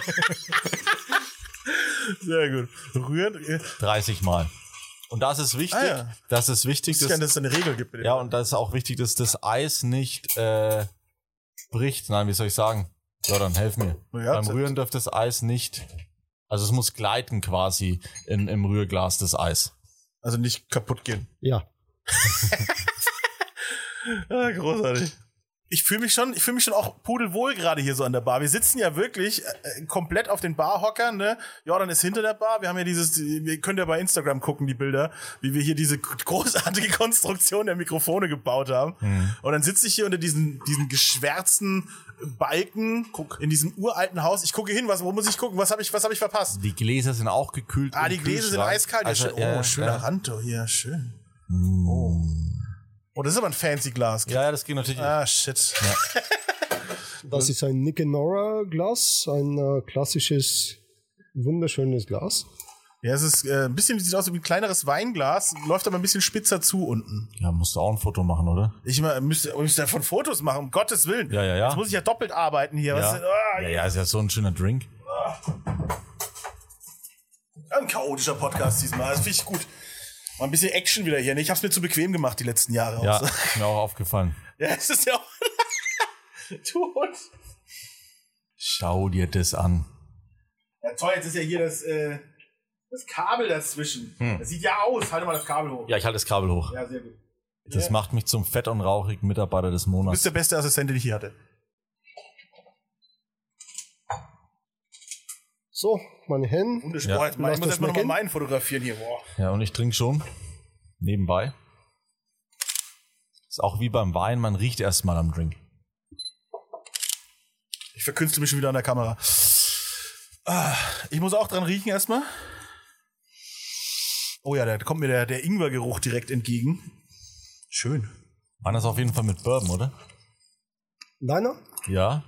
Sehr gut. Rühren. 30 Mal. Und das ist wichtig. Ah, ja. Das ist wichtig. Ich dass es eine Regel gibt. Ja, und das ist auch wichtig, dass das Eis nicht bricht. Nein, wie soll ich sagen? So, dann helf mir. Ja, Beim Rühren dürfte das Eis nicht, also es muss gleiten quasi im Rührglas, das Eis. Also nicht kaputt gehen. Ja. Großartig. Ich fühle mich schon auch pudelwohl gerade hier so an der Bar. Wir sitzen ja wirklich komplett auf den Barhockern, ne? Jordan ist hinter der Bar. Wir haben ja ihr könnt ja bei Instagram gucken, die Bilder, wie wir hier diese großartige Konstruktion der Mikrofone gebaut haben. Und dann sitze ich hier unter diesen geschwärzten Balken in diesem uralten Haus. Ich gucke hin, wo muss ich gucken? Was habe ich verpasst? Die Gläser sind auch gekühlt. Die Gläser sind eiskalt. Also, schöner Rando hier, schön. Oh, das ist aber ein fancy Glas. Ja, das geht natürlich. Shit. Ja. Das ist ein Nick Nora Glas, ein klassisches, wunderschönes Glas. Ja, es ist ein bisschen, sieht aus wie ein kleineres Weinglas, läuft aber ein bisschen spitzer zu unten. Ja, musst du auch ein Foto machen, oder? Ich müsste davon Fotos machen, um Gottes Willen. Ja. Jetzt muss ich ja doppelt arbeiten hier. Ja, ist ja so ein schöner Drink. Ein chaotischer Podcast diesmal, das finde ich gut. Mal ein bisschen Action wieder hier. Ich hab's mir zu bequem gemacht die letzten Jahre. Ja, ist mir auch aufgefallen. Ja, es ist ja auch... Du Hund. Schau dir das an. Ja toll, jetzt ist ja hier das Kabel dazwischen. Das sieht ja aus. Halte mal das Kabel hoch. Ja, ich halte das Kabel hoch. Ja, sehr gut. Das macht mich zum fett und rauchigen Mitarbeiter des Du Monats. bist der beste Assistent, den ich hier hatte. So, meine Herren. Wunderschön. Boah, ich muss erstmal nochmal meinen fotografieren hier. Boah. Ja, und ich trinke schon. Nebenbei. Ist auch wie beim Wein, man riecht erstmal am Drink. Ich verkünstle mich schon wieder an der Kamera. Ich muss auch dran riechen erstmal. Oh ja, da kommt mir der Ingwergeruch direkt entgegen. Schön. War das auf jeden Fall mit Bourbon, oder? Deiner? Ja.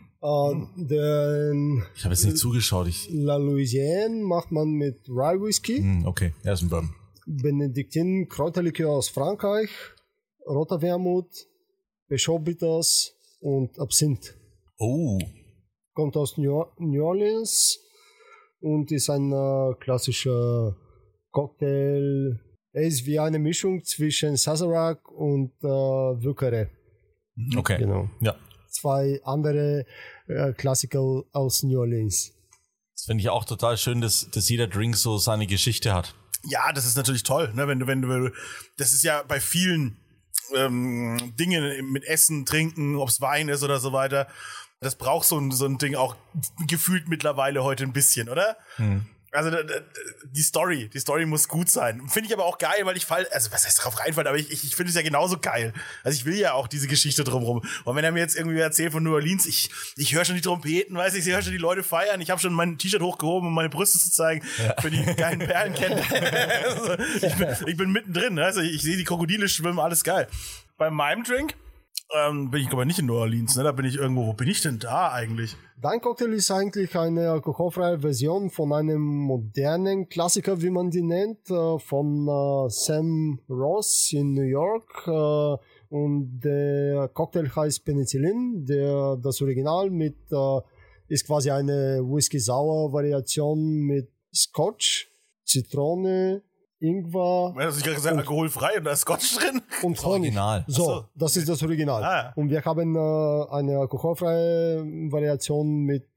Den Ich habe jetzt nicht zugeschaut. La Louisiane macht man mit Rye Whisky. Okay, er ist ein Bourbon. Benediktin Kräuterlikör aus Frankreich. Roter Wermut. Peugeot Bitters und Absinth. Oh. Kommt aus New Orleans und ist ein klassischer Cocktail. Er ist wie eine Mischung zwischen Sazerac und Vieux-Carré. Okay. Genau. Ja. Zwei andere Klassiker aus New Orleans. Das finde ich auch total schön, dass jeder Drink so seine Geschichte hat. Ja, das ist natürlich toll, ne? Wenn du, das ist ja bei vielen Dingen mit Essen, Trinken, ob es Wein ist oder so weiter. Das braucht so ein Ding auch gefühlt mittlerweile heute ein bisschen, oder? Also die Story muss gut sein. Finde ich aber auch geil, weil was heißt drauf reinfallen, aber ich finde es ja genauso geil. Also ich will ja auch diese Geschichte drumherum. Und wenn er mir jetzt irgendwie erzählt von New Orleans, ich höre schon die Trompeten, weiß ich höre schon die Leute feiern, ich habe schon mein T-Shirt hochgehoben, um meine Brüste zu zeigen, für die geilen Perlenketten. Also, ich bin mittendrin, also ich sehe die Krokodile schwimmen, alles geil. Bei meinem Drink bin ich aber nicht in New Orleans, ne? Da bin ich irgendwo. Wo bin ich denn da eigentlich? Dein Cocktail ist eigentlich eine alkoholfreie Version von einem modernen Klassiker, wie man die nennt, von Sam Ross in New York. Und der Cocktail heißt Penicillin. Das Original ist quasi eine Whisky-Sour-Variation mit Scotch, Zitrone, Ingwer. Du hast gerade gesagt, alkoholfrei und da ist Scotch drin. Und Honig. Original. So, das ist das Original. Ah. Und wir haben eine alkoholfreie Variation mit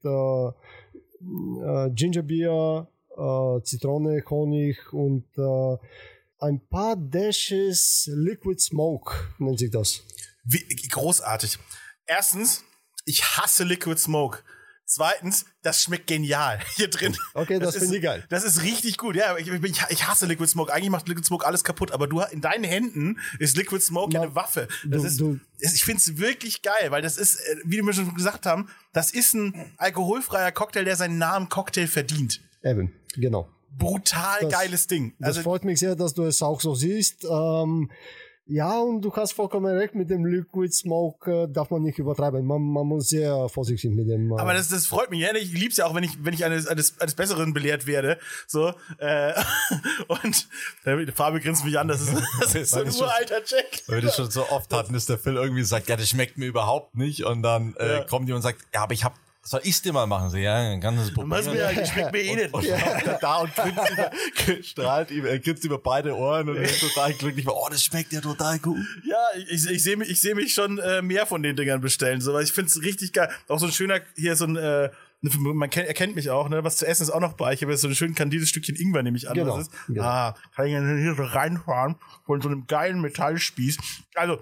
Gingerbier, Zitrone, Honig und ein paar Dashes Liquid Smoke, nennt sich das. Großartig. Erstens, ich hasse Liquid Smoke. Zweitens, das schmeckt genial hier drin. Okay, das finde ich geil. Das ist richtig gut. Ja, ich hasse Liquid Smoke. Eigentlich macht Liquid Smoke alles kaputt, aber in deinen Händen ist Liquid Smoke eine Waffe. Ich finde es wirklich geil, weil das ist, wie wir schon gesagt haben, das ist ein alkoholfreier Cocktail, der seinen Namen Cocktail verdient. Eben, genau. Brutal geiles Ding. Das freut mich sehr, dass du es auch so siehst. Ja, und du hast vollkommen recht, mit dem Liquid Smoke darf man nicht übertreiben. Man muss sehr vorsichtig mit dem. Aber das freut mich, ja. Ich lieb's ja auch, wenn ich eines Besseren belehrt werde. So, und Fabi grinst mich an, das ist so ein uralter Jack. Weil wir das schon so oft hatten, dass der Phil irgendwie sagt, ja, das schmeckt mir überhaupt nicht. Und dann kommt jemand und sagt, ja, aber soll ich's dir mal machen? So, ja, dann kannst du es probieren. Das schmeckt mir eh nicht. Und da und strahlt ihm, er grinst über beide Ohren und er ist total glücklich. Oh, das schmeckt ja total gut. Ja, ich sehe mich schon mehr von den Dingern bestellen, so, weil ich finde es richtig geil. Auch so ein schöner, hier so ein, erkennt mich auch, ne, was zu essen ist auch noch bei. Ich habe jetzt so ein schön kandides Stückchen Ingwer, nehme ich an. Genau, Was ist. genau. Kann ich hier so reinfahren von so einem geilen Metallspieß. Also,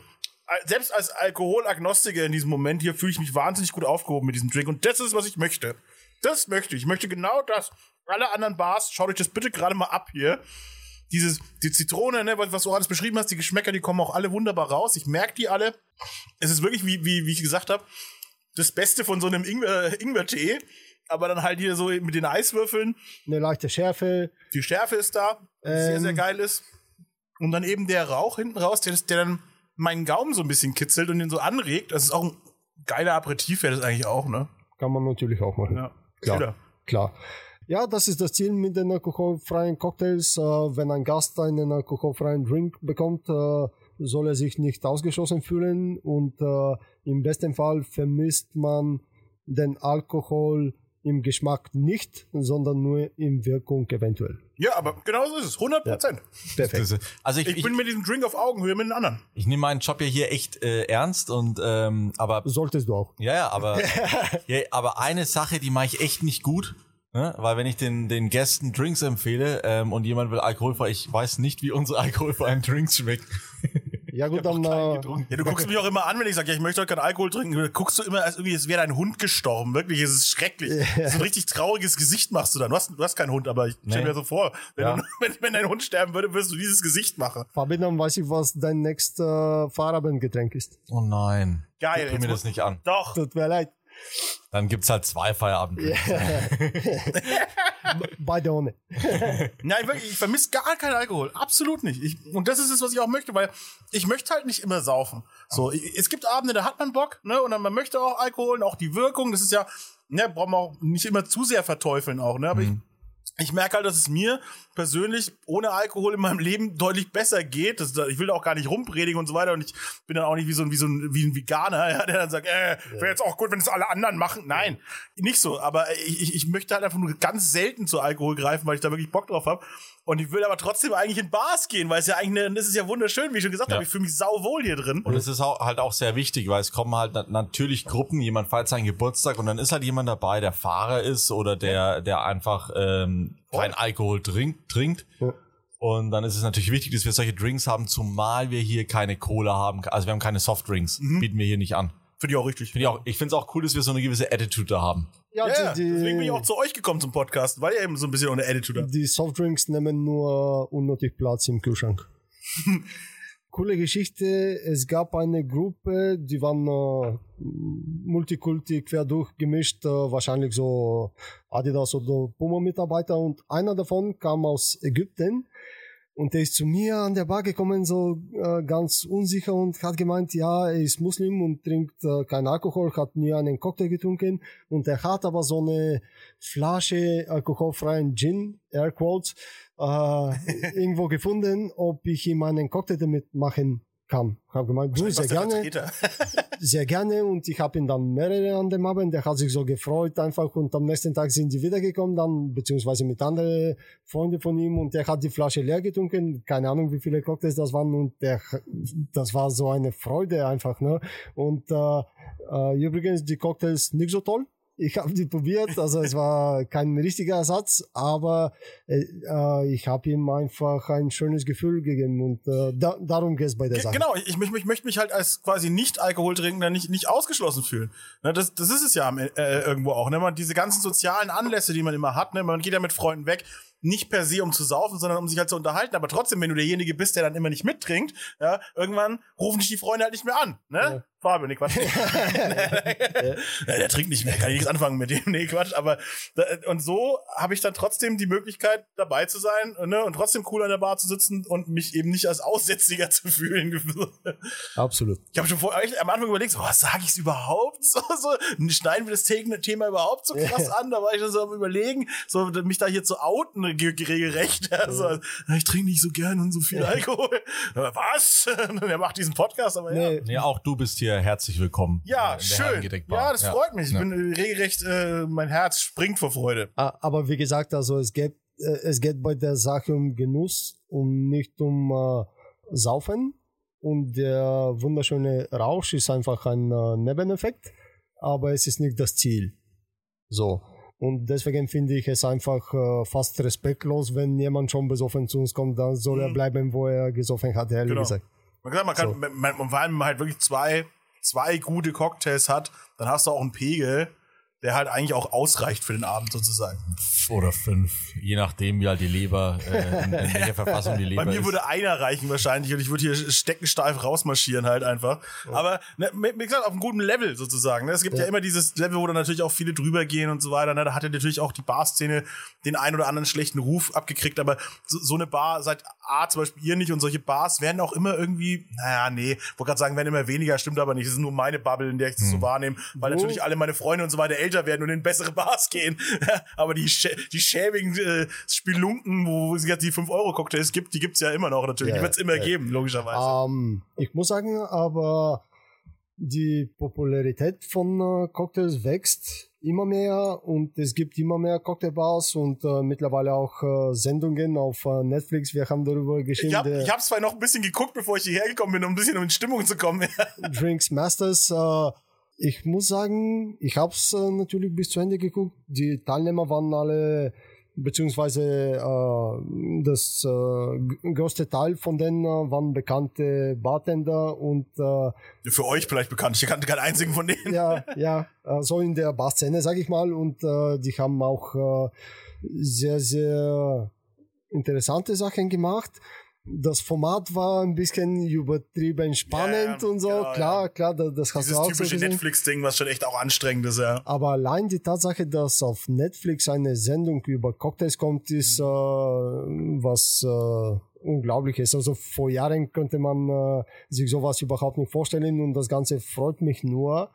selbst als Alkoholagnostiker in diesem Moment hier fühle ich mich wahnsinnig gut aufgehoben mit diesem Drink. Und das ist, was ich möchte. Das möchte ich. Ich möchte genau das. Alle anderen Bars, schaut euch das bitte gerade mal ab hier. Die Zitrone, ne, was du alles beschrieben hast, die Geschmäcker, die kommen auch alle wunderbar raus. Ich merke die alle. Es ist wirklich, wie ich gesagt habe, das Beste von so einem Ingwertee. Aber dann halt hier so mit den Eiswürfeln. Eine leichte Schärfe. Die Schärfe ist da, die sehr, sehr geil ist. Und dann eben der Rauch hinten raus, der dann meinen Gaumen so ein bisschen kitzelt und den so anregt. Das ist auch ein geiler Aperitif, wäre das eigentlich auch, ne? Kann man natürlich auch machen. Ja, klar. Ja, das ist das Ziel mit den alkoholfreien Cocktails. Wenn ein Gast einen alkoholfreien Drink bekommt, soll er sich nicht ausgeschlossen fühlen. Und im besten Fall vermisst man den Alkohol im Geschmack nicht, sondern nur in Wirkung eventuell. Ja, aber genau so ist es. 100%. Ja. Perfekt. Also ich bin mit diesem Drink auf Augenhöhe mit den anderen. Ich nehme meinen Job ja hier echt ernst und aber solltest du auch. Ja, aber aber eine Sache, die mache ich echt nicht gut, ne? Weil wenn ich den Gästen Drinks empfehle und jemand will alkoholfrei, ich weiß nicht, wie unsere alkoholfreien Drinks schmecken. Ja gut, dann... Ja, du guckst mich auch immer an, wenn ich sage, ja, ich möchte heute keinen Alkohol trinken. Du guckst du immer, als irgendwie, es wäre dein Hund gestorben. Wirklich, es ist schrecklich. So ein richtig trauriges Gesicht machst du dann. Du hast keinen Hund, aber ich stelle mir so vor, wenn dein Hund sterben würde, würdest du dieses Gesicht machen. Fabian, dann weiß ich, was dein nächstes Feierabendgetränk ist. Oh nein. Geil. Tu mir das nicht an. Doch. Tut mir leid. Dann gibt's halt 2 Feierabend-Drinks. Beide ohne. Nein, wirklich, ich vermisse gar keinen Alkohol. Absolut nicht. Und das ist es, was ich auch möchte, weil ich möchte halt nicht immer saufen. So, es gibt Abende, da hat man Bock, ne, und dann man möchte auch Alkohol und auch die Wirkung, das ist ja, ne, braucht man auch nicht immer zu sehr verteufeln auch, ne, aber ich merke halt, dass es mir persönlich ohne Alkohol in meinem Leben deutlich besser geht. Ich will da auch gar nicht rumpredigen und so weiter. Und ich bin dann auch nicht wie ein Veganer, ja, der dann sagt, wäre jetzt auch gut, wenn es alle anderen machen. Nein, nicht so. Aber ich möchte halt einfach nur ganz selten zu Alkohol greifen, weil ich da wirklich Bock drauf habe. Und ich will aber trotzdem eigentlich in Bars gehen, weil es ja eigentlich, das ist ja wunderschön, wie ich schon gesagt habe, ich fühle mich sauwohl hier drin. Und es ist halt auch sehr wichtig, weil es kommen halt natürlich Gruppen, jemand feiert seinen Geburtstag und dann ist halt jemand dabei, der Fahrer ist oder der einfach kein Alkohol trinkt. Ja. Und dann ist es natürlich wichtig, dass wir solche Drinks haben, zumal wir hier keine Cola haben. Also wir haben keine Softdrinks, bieten wir hier nicht an. Finde ich auch richtig. Ich finde es auch cool, dass wir so eine gewisse Attitude da haben. Ja, deswegen bin ich auch zu euch gekommen zum Podcast, weil ihr eben so ein bisschen ohne Attitude habt. Die Softdrinks nehmen nur unnötig Platz im Kühlschrank. Coole Geschichte, es gab eine Gruppe, die waren Multikulti quer durchgemischt, wahrscheinlich so Adidas oder Puma-Mitarbeiter und einer davon kam aus Ägypten. Und der ist zu mir an der Bar gekommen, so ganz unsicher und hat gemeint, ja, er ist Muslim und trinkt keinen Alkohol, hat nie einen Cocktail getrunken und er hat aber so eine Flasche alkoholfreien Gin, Airquotes, irgendwo gefunden, ob ich ihm einen Cocktail damit machen kann. Ich habe gemeint, du, sehr gerne und ich habe ihn dann mehrere an dem Abend, der hat sich so gefreut einfach und am nächsten Tag sind sie wiedergekommen dann, beziehungsweise mit anderen Freunden von ihm und der hat die Flasche leer getrunken, keine Ahnung wie viele Cocktails das waren und das war so eine Freude einfach, ne, und übrigens die Cocktails nicht so toll. Ich habe die probiert, also es war kein richtiger Ersatz, aber ich habe ihm einfach ein schönes Gefühl gegeben und darum geht es bei der Sache. Genau, ich möchte mich halt als quasi Nicht-Alkoholtrinkender nicht ausgeschlossen fühlen. Ne, das ist es ja irgendwo auch. Ne? Diese ganzen sozialen Anlässe, die man immer hat, ne? Man geht ja mit Freunden weg, nicht per se um zu saufen, sondern um sich halt zu unterhalten. Aber trotzdem, wenn du derjenige bist, der dann immer nicht mittrinkt, ja, irgendwann rufen dich die Freunde halt nicht mehr an. Ne? Ja. Fabian, nee, Quatsch. Der trinkt nicht mehr, kann ich nichts anfangen mit dem. Nee, Quatsch. Aber und so habe ich dann trotzdem die Möglichkeit, dabei zu sein, ne? Und trotzdem cool an der Bar zu sitzen und mich eben nicht als Aussätziger zu fühlen. Absolut. Ich habe schon am Anfang überlegt, so, was sage ich es überhaupt? So, schneiden wir das Thema überhaupt so krass an? Da war ich dann so am Überlegen, so mich da hier zu outen, regelrecht. Also, ich trinke nicht so gern und so viel Alkohol. Aber was? Er macht diesen Podcast, aber ja. Nee, auch du bist hier herzlich willkommen. Ja, schön. Ja, das freut mich. Ich bin regelrecht, mein Herz springt vor Freude. Aber wie gesagt, also es geht bei der Sache um Genuss und nicht um Saufen. Und der wunderschöne Rausch ist einfach ein Nebeneffekt, aber es ist nicht das Ziel. So. Und deswegen finde ich es einfach fast respektlos, wenn jemand schon besoffen zu uns kommt, dann soll er bleiben, wo er gesoffen hat, ehrlich gesagt. Man kann, vor allem, wenn man halt wirklich zwei gute Cocktails hat, dann hast du auch einen Pegel, der halt eigentlich auch ausreicht für den Abend sozusagen. Oder 5, je nachdem, wie halt die Leber, in welcher Verfassung die Leber ist. Bei mir würde einer reichen wahrscheinlich und ich würde hier steckensteif rausmarschieren halt einfach. Ja. Aber wie gesagt, auf einem guten Level sozusagen. Ne? Es gibt ja immer dieses Level, wo dann natürlich auch viele drüber gehen und so weiter. Ne? Da hat ja natürlich auch die Barszene den einen oder anderen schlechten Ruf abgekriegt, aber so eine Bar, seit zum Beispiel ihr nicht und solche Bars werden auch immer irgendwie, wollte gerade sagen, werden immer weniger, stimmt aber nicht. Das ist nur meine Bubble, in der ich das so wahrnehme, weil natürlich alle meine Freunde und so weiter älter werden und in bessere Bars gehen. Aber die schäbigen Spelunken, wo es jetzt die 5-Euro-Cocktails gibt, die gibt's ja immer noch natürlich. Die wird's immer geben, logischerweise. Ich muss sagen, aber die Popularität von Cocktails wächst immer mehr und es gibt immer mehr Cocktailbars und mittlerweile auch Sendungen auf Netflix. Wir haben darüber geschrieben. Ich habe zwar noch ein bisschen geguckt, bevor ich hierher gekommen bin, um ein bisschen in Stimmung zu kommen. Drinks Masters. Ich muss sagen, ich habe es natürlich bis zu Ende geguckt. Die Teilnehmer waren alle, beziehungsweise das größte Teil von denen waren bekannte Bartender und für euch vielleicht bekannt. Ich kannte keinen einzigen von denen. Ja, so in der Barszene, sag ich mal. Und die haben auch sehr, sehr interessante Sachen gemacht. Das Format war ein bisschen übertrieben spannend und so. Klar, das hast du auch so gesehen. Dieses typische Netflix-Ding, was schon echt auch anstrengend ist, ja. Aber allein die Tatsache, dass auf Netflix eine Sendung über Cocktails kommt, ist was Unglaubliches. Also vor Jahren könnte man sich sowas überhaupt nicht vorstellen und das Ganze freut mich nur.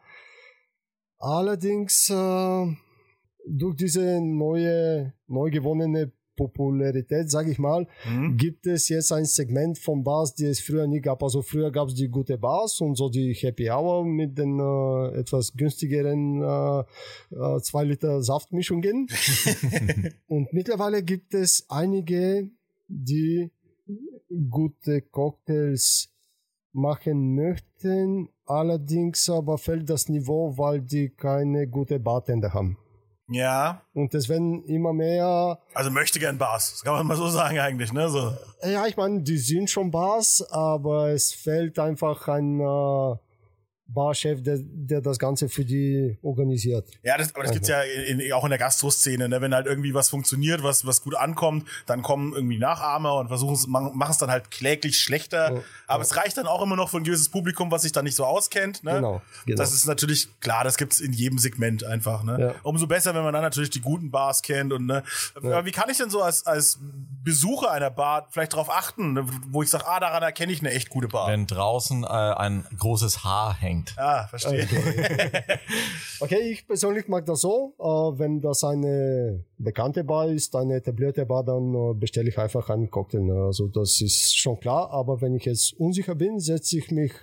Allerdings durch diese neu gewonnene Popularität, sage ich mal, gibt es jetzt ein Segment von Bars, die es früher nie gab. Also früher gab es die gute Bars und so die Happy Hour mit den etwas günstigeren 2 Liter Saftmischungen. Und mittlerweile gibt es einige, die gute Cocktails machen möchten. Allerdings aber fällt das Niveau, weil die keine gute Bartender haben. Ja. Und es werden immer mehr. Also möchte gern Bars, das kann man mal so sagen eigentlich, ne? So. Ja, ich meine, die sind schon Bars, aber es fehlt einfach ein Barchef, der das Ganze für die organisiert. Ja, das gibt's ja auch in der Gastroszene, ne? Wenn halt irgendwie was funktioniert, was gut ankommt, dann kommen irgendwie Nachahmer und machen es dann halt kläglich schlechter. Aber es reicht dann auch immer noch für ein gewisses Publikum, was sich dann nicht so auskennt, ne? Genau. Das ist natürlich klar, das gibt's in jedem Segment einfach, ne? Ja. Umso besser, wenn man dann natürlich die guten Bars kennt und, ne? Aber wie kann ich denn so als Besucher einer Bar vielleicht darauf achten, ne? Wo ich sage, daran erkenne ich eine echt gute Bar? Wenn draußen ein großes Haar hängt. Verstehe. Okay, ich persönlich mag das so. Wenn das eine bekannte Bar ist, eine etablierte Bar, dann bestelle ich einfach einen Cocktail. Also das ist schon klar. Aber wenn ich jetzt unsicher bin, setze ich mich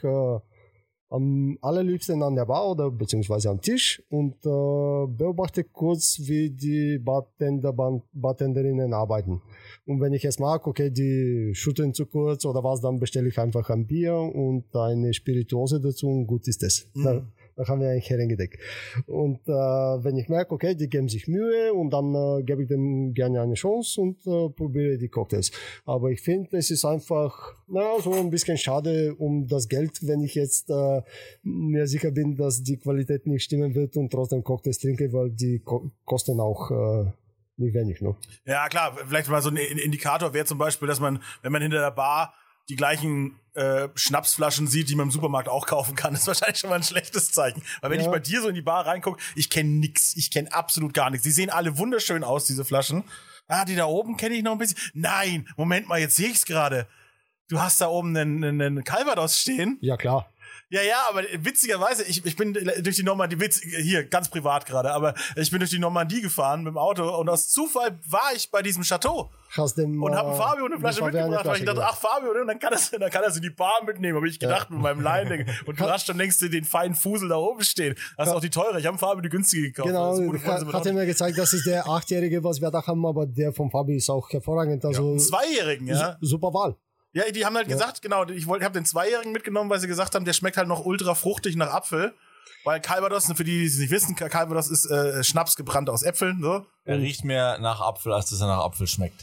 am allerliebsten an der Bar oder beziehungsweise am Tisch und beobachte kurz, wie die Bartenderinnen arbeiten. Und wenn ich es mag, okay, die schütteln zu kurz oder was, dann bestelle ich einfach ein Bier und eine Spirituose dazu und gut ist das. Da haben wir eigentlich herangedeckt. Und wenn ich merke, okay, die geben sich Mühe und dann gebe ich denen gerne eine Chance und probiere die Cocktails. Aber ich finde, es ist einfach so ein bisschen schade um das Geld, wenn ich jetzt mir sicher bin, dass die Qualität nicht stimmen wird und trotzdem Cocktails trinke, weil die kosten auch nicht wenig. Ne? Ja, klar, vielleicht mal so ein Indikator wäre zum Beispiel, dass man, wenn man hinter der Bar die gleichen Schnapsflaschen sieht, die man im Supermarkt auch kaufen kann, ist wahrscheinlich schon mal ein schlechtes Zeichen. Weil wenn ich bei dir so in die Bar reingucke, ich kenne nix, ich kenne absolut gar nichts. Die sehen alle wunderschön aus, diese Flaschen. Die da oben kenne ich noch ein bisschen. Nein, Moment mal, jetzt sehe ich's gerade. Du hast da oben einen Calvados stehen. Ja, klar. Ja, aber witzigerweise, ich bin durch die Normandie, hier, ganz privat gerade, aber ich bin durch die Normandie gefahren mit dem Auto und aus Zufall war ich bei diesem Chateau. Und habe Fabio eine Flasche mitgebracht, weil ich dachte, Fabio, dann kann er sie in die Bar mitnehmen, habe ich gedacht, mit meinem Leinen. Und du hast schon längst den feinen Fusel da oben stehen. Das ist auch die teure. Ich habe Fabio die günstige gekauft. Genau, hat er mir gezeigt, das ist der 8-Jährige, was wir da haben, aber der von Fabio ist auch hervorragend. Also einen 2-Jährigen, ja. Super Wahl. Ja, die haben halt gesagt, genau, ich habe den 2-Jährigen mitgenommen, weil sie gesagt haben, der schmeckt halt noch ultra fruchtig nach Apfel. Weil Calvados, für die es nicht wissen, Calvados ist Schnaps gebrannt aus Äpfeln. So. Er riecht mehr nach Apfel, als dass er nach Apfel schmeckt.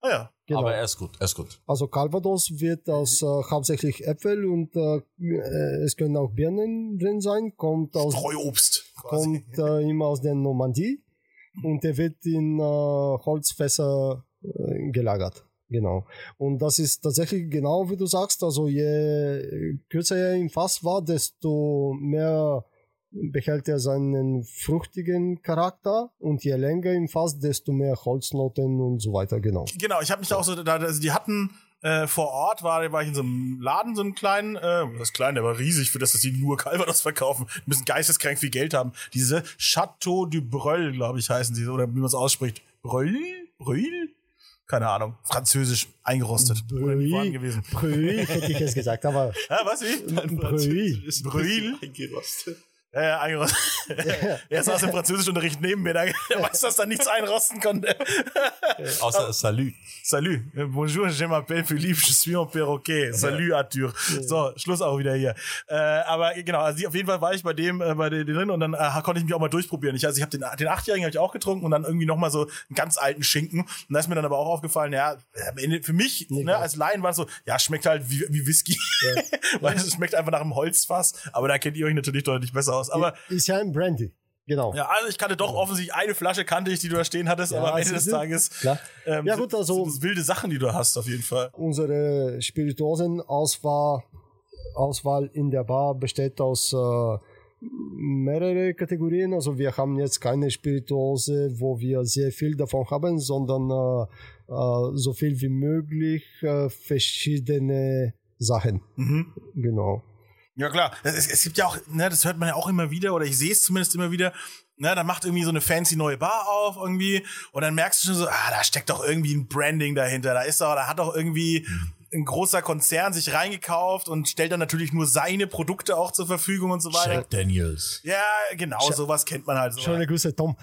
Ah ja. Genau. Aber er ist gut. Also Calvados wird aus hauptsächlich Äpfel und es können auch Birnen drin sein. Kommt Streuobst. immer aus der Normandie und der wird in Holzfässer gelagert. Genau. Und das ist tatsächlich genau wie du sagst. Also je kürzer er im Fass war, desto mehr behält er seinen fruchtigen Charakter und je länger im Fass, desto mehr Holznoten und so weiter, genau. Genau, ich habe mich da auch so, also die hatten vor Ort, war ich in so einem Laden, so einem kleinen, das kleine, der war riesig, für das, dass die nur Calvados verkaufen, die müssen geisteskrank viel Geld haben. Diese Chateau du Breuil, glaube ich, heißen sie, oder wie man es ausspricht. Breuil? Keine Ahnung, französisch eingerostet. Breuil gewesen. Breuil hätte ich jetzt gesagt, aber Ja, was, wie? Breuil? Eingerostet. Ja, eingerostet. Er saß im Französischunterricht neben mir, der weiß, dass da nichts einrosten konnte. Außer Salut. Salut. Bonjour, je m'appelle Philippe, je suis un perroquet. Salut, Arthur. So, Schluss auch wieder hier. Aber genau, also auf jeden Fall war ich bei dem drin und dann konnte ich mich auch mal durchprobieren. Ich habe den 8-Jährigen habe ich auch getrunken und dann irgendwie nochmal so einen ganz alten Schinken. Und da ist mir dann aber auch aufgefallen, ja, für mich, als Laien war es so, ja, schmeckt halt wie Whisky. Ja. Weil es schmeckt einfach nach einem Holzfass. Aber da kennt ihr euch natürlich deutlich besser aus. Aber ist ja ein Brandy. Genau. Ja, also ich kannte doch offensichtlich eine Flasche kannte ich, die du da stehen hattest, aber am Ende des Tages ja, gut, also sind das wilde Sachen, die du hast, auf jeden Fall. Unsere Spirituosenauswahl in der Bar besteht aus mehrere Kategorien. Also wir haben jetzt keine Spirituose, wo wir sehr viel davon haben, sondern so viel wie möglich verschiedene Sachen. Mhm. Genau. Ja klar, es gibt ja auch, ne, das hört man ja auch immer wieder, oder ich sehe es zumindest immer wieder, ne, da macht irgendwie so eine fancy neue Bar auf irgendwie und dann merkst du schon so, da steckt doch irgendwie ein Branding dahinter, da hat doch irgendwie ein großer Konzern sich reingekauft und stellt dann natürlich nur seine Produkte auch zur Verfügung und so weiter. Jack Daniels. Ja, genau, sowas kennt man halt so. Schöne Grüße, Tom.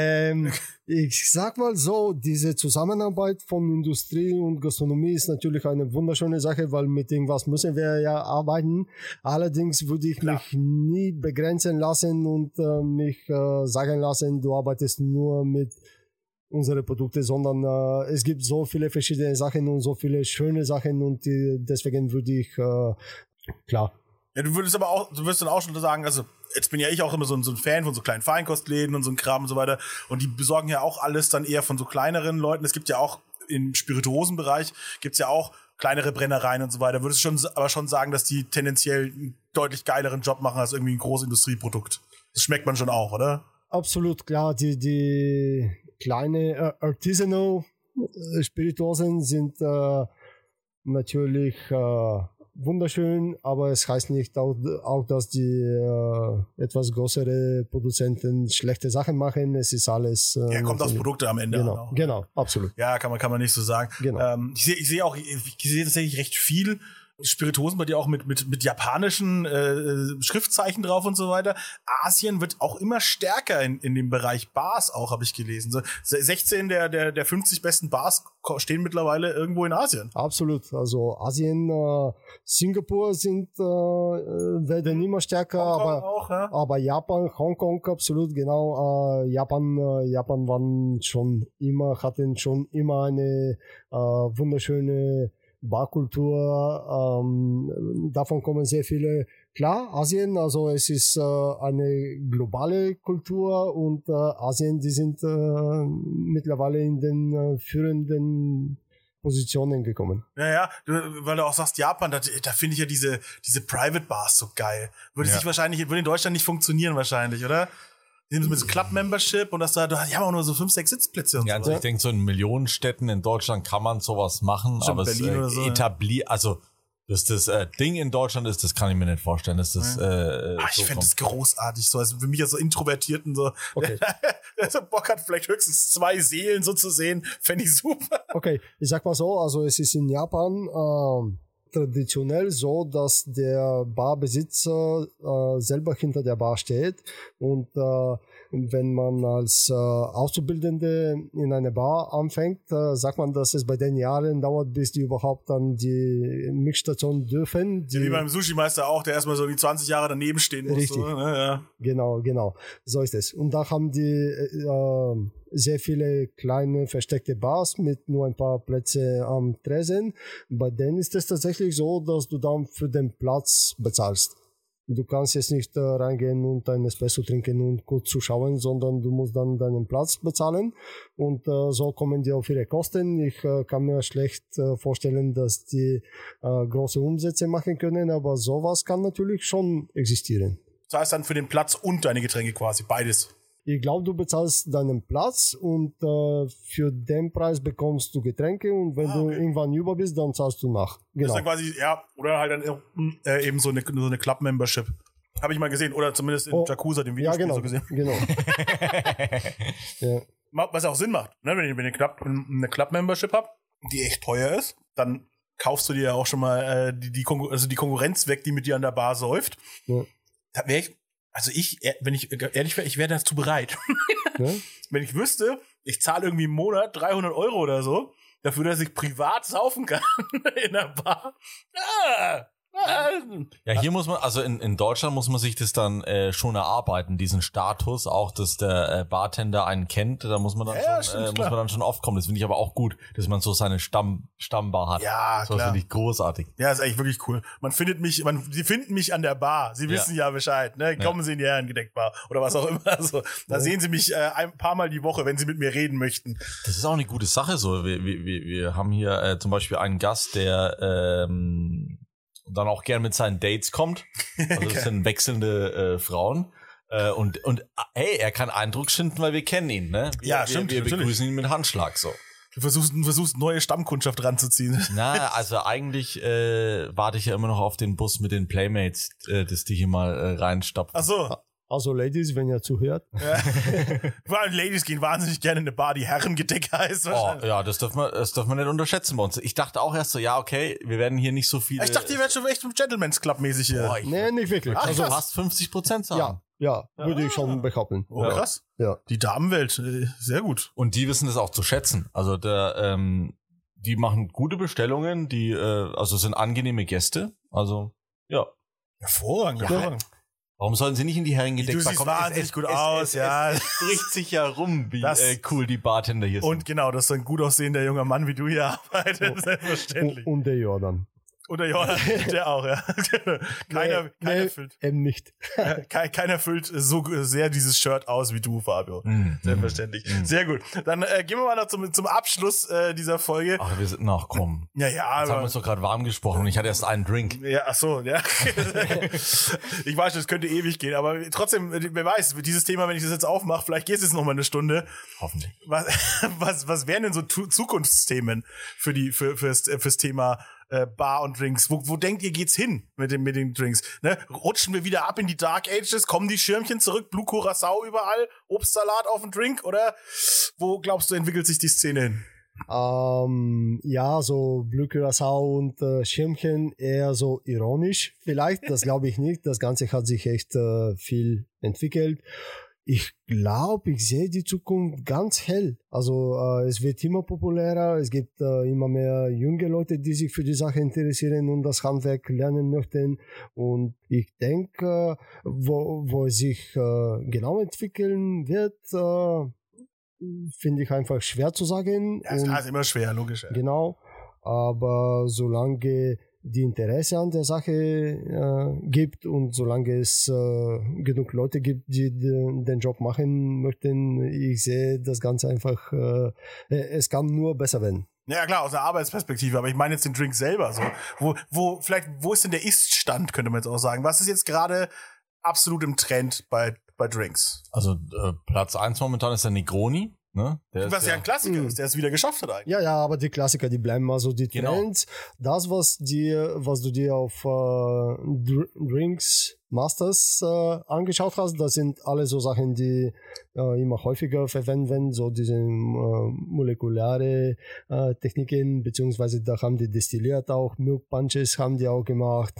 Ich sag mal so, diese Zusammenarbeit von Industrie und Gastronomie ist natürlich eine wunderschöne Sache, weil mit irgendwas müssen wir ja arbeiten. Allerdings würde ich mich nie begrenzen lassen und mich sagen lassen, du arbeitest nur mit unsere Produkte, sondern es gibt so viele verschiedene Sachen und so viele schöne Sachen und deswegen würde ich, klar. Ja, du wirst dann auch schon sagen, also jetzt bin ja ich auch immer so ein Fan von so kleinen Feinkostläden und so ein Kram und so weiter und die besorgen ja auch alles dann eher von so kleineren Leuten. Es gibt ja auch im Spirituosenbereich gibt's ja auch kleinere Brennereien und so weiter. Würdest du aber schon sagen, dass die tendenziell einen deutlich geileren Job machen als irgendwie ein Großindustrieprodukt? Das schmeckt man schon auch, oder? Absolut, klar. Die kleine Artisanal Spirituosen sind natürlich wunderschön, aber es heißt nicht auch dass die etwas größere Produzenten schlechte Sachen machen. Es ist alles kommt aufs Produkte am Ende genau, an auch. Genau, absolut. Ja, kann man nicht so sagen. Genau. Ich sehe tatsächlich recht viel Spirituosen bei dir auch mit japanischen Schriftzeichen drauf und so weiter. Asien wird auch immer stärker in dem Bereich Bars auch, habe ich gelesen. So 16 der 50 besten Bars stehen mittlerweile irgendwo in Asien. Absolut. Also Asien, Singapur werden immer stärker, aber Japan, Hongkong absolut, genau. Japan hatten schon immer eine wunderschöne Barkultur, davon kommen sehr viele. Klar, Asien, also es ist eine globale Kultur und Asien, die sind mittlerweile in den führenden Positionen gekommen. Ja, weil du auch sagst Japan, da finde ich ja diese Private Bars so geil. Würde in Deutschland nicht funktionieren wahrscheinlich, oder? Mit so Club-Membership und die haben auch nur so 5, 6 Sitzplätze und so. Also ich denke, so in Millionenstädten in Deutschland kann man sowas machen, aber Berlin oder so, also dass das Ding in Deutschland ist, das kann ich mir nicht vorstellen. Dass das, ich fände das großartig, so also für mich als so Introvertierten so, der so Bock hat, vielleicht höchstens 2 Seelen so zu sehen, fände ich super. Okay, ich sag mal so, also es ist in Japan traditionell so, dass der Barbesitzer selber hinter der Bar steht und wenn man als Auszubildende in eine Bar anfängt, sagt man, dass es bei den Jahren dauert, bis die überhaupt an die Mixstation dürfen. Wie beim Sushi-Meister auch, der erstmal so die 20 Jahre daneben stehen muss. Richtig. So, ne? Ja. Genau. So ist es. Und da haben die sehr viele kleine versteckte Bars mit nur ein paar Plätze am Tresen. Bei denen ist es tatsächlich so, dass du dann für den Platz bezahlst. Du kannst jetzt nicht reingehen und ein Espresso trinken und kurz zuschauen, sondern du musst dann deinen Platz bezahlen und so kommen die auf ihre Kosten. Ich kann mir schlecht vorstellen, dass die große Umsätze machen können, aber sowas kann natürlich schon existieren. Das heißt dann für den Platz und deine Getränke quasi, beides. Ich glaube, du bezahlst deinen Platz und für den Preis bekommst du Getränke und wenn du irgendwann über bist, dann zahlst du nach. Genau. Das ist dann quasi, ja, oder halt dann eben so eine Club-Membership. Habe ich mal gesehen, oder zumindest in Yakuza, dem Videospiel, genau, so gesehen. Genau. Ja. Was auch Sinn macht, ne? Wenn ich eine Club-Membership habe, die echt teuer ist, dann kaufst du dir ja auch schon mal die Konkurrenz weg, die mit dir an der Bar säuft. Ja. Da wäre ich, wenn ich ehrlich wäre, ich wäre dazu bereit. Ja? Wenn ich wüsste, ich zahle irgendwie im Monat 300 € oder so, dafür, dass ich privat saufen kann in der Bar. Ja, hier muss man, also in Deutschland muss man sich das dann schon erarbeiten, diesen Status, auch dass der Bartender einen kennt, da muss man dann schon oft kommen. Das finde ich aber auch gut, dass man so seine Stammbar hat. Ja, so, das finde ich großartig. Ja, ist eigentlich wirklich cool. Sie finden mich an der Bar. Sie wissen ja Bescheid, ne? Kommen Sie in die Herrengedeckbar oder was auch immer. Also, da sehen Sie mich ein paar Mal die Woche, wenn Sie mit mir reden möchten. Das ist auch eine gute Sache so. Wir haben hier zum Beispiel einen Gast, der dann auch gern mit seinen Dates kommt. Also das sind wechselnde Frauen. Und hey, er kann Eindruck schinden, weil wir kennen ihn, ne? Stimmt. Wir begrüßen ihn mit Handschlag so. Du versuchst neue Stammkundschaft ranzuziehen. Na, also eigentlich warte ich ja immer noch auf den Bus mit den Playmates, dass die hier mal reinstopfen. Ach so. Also Ladies, wenn ihr zuhört. Ja. Vor allem Ladies gehen wahnsinnig gerne in eine Bar, die Herrengedeck heißt. Oh, ja, das darf man nicht unterschätzen bei uns. Ich dachte auch erst so, ja, okay, wir werden hier nicht so viele... Ich dachte, ihr werdet schon echt Gentleman's Club mäßig hier. Boah, nee, nicht wirklich. Ach, also fast 50% sagen. Ja, würde ich schon behaupten. Oh, krass. Ja. Die Damenwelt, sehr gut. Und die wissen das auch zu schätzen. Also die machen gute Bestellungen, also sind angenehme Gäste. Also, ja. Hervorragend. Warum sollen sie nicht in die Herrengedeckbar kommen? Du siehst wahnsinnig gut aus, ja. Es spricht sich ja rum, wie cool die Bartender hier sind. Und genau, das ist ein gut aussehender junger Mann, wie du hier arbeitest, selbstverständlich. Und der Jordan. Oder Jordan, der auch, ja. Keiner füllt. Nicht. Keiner füllt so sehr dieses Shirt aus wie du, Fabio. Selbstverständlich. Sehr gut. Dann gehen wir mal noch zum Abschluss dieser Folge. Ach, wir sind noch kommen. Ja, jetzt haben wir uns doch gerade warm gesprochen und ich hatte erst einen Drink. Ja, ach so, ja. Ich weiß, das könnte ewig gehen, aber trotzdem, wer weiß, dieses Thema, wenn ich das jetzt aufmache, vielleicht geht es jetzt noch mal eine Stunde. Hoffentlich. Was wären denn so Zukunftsthemen fürs Thema Bar und Drinks? Wo denkt ihr, geht's hin mit den Drinks? Ne? Rutschen wir wieder ab in die Dark Ages? Kommen die Schirmchen zurück? Blue Curacao überall? Obstsalat auf dem Drink? Oder wo glaubst du, entwickelt sich die Szene hin? Ja, so Blue Curacao und Schirmchen eher so ironisch vielleicht. Das glaube ich nicht. Das Ganze hat sich echt viel entwickelt. Ich glaube, ich sehe die Zukunft ganz hell. Also es wird immer populärer, es gibt immer mehr junge Leute, die sich für die Sache interessieren und das Handwerk lernen möchten. Und ich denke, wo es sich genau entwickeln wird, finde ich einfach schwer zu sagen. Ja, das ist immer schwer, logisch. Ja. Genau, aber solange die Interesse an der Sache gibt und solange es genug Leute gibt, die den Job machen möchten, ich sehe das Ganze einfach, es kann nur besser werden. Ja klar, aus einer Arbeitsperspektive, aber ich meine jetzt den Drink selber so. Wo ist denn der Ist-Stand, könnte man jetzt auch sagen? Was ist jetzt gerade absolut im Trend bei Drinks? Also Platz 1 momentan ist der Negroni. Ne? Was ja ein Klassiker ist, der es wieder geschafft hat eigentlich. Ja, aber die Klassiker, die bleiben also die Trends. Genau. Das, was du dir auf Drinks Masters angeschaut hast, das sind alle so Sachen, die immer häufiger verwenden, so diese molekulare Techniken, beziehungsweise da haben die destilliert auch, Milk Punches haben die auch gemacht.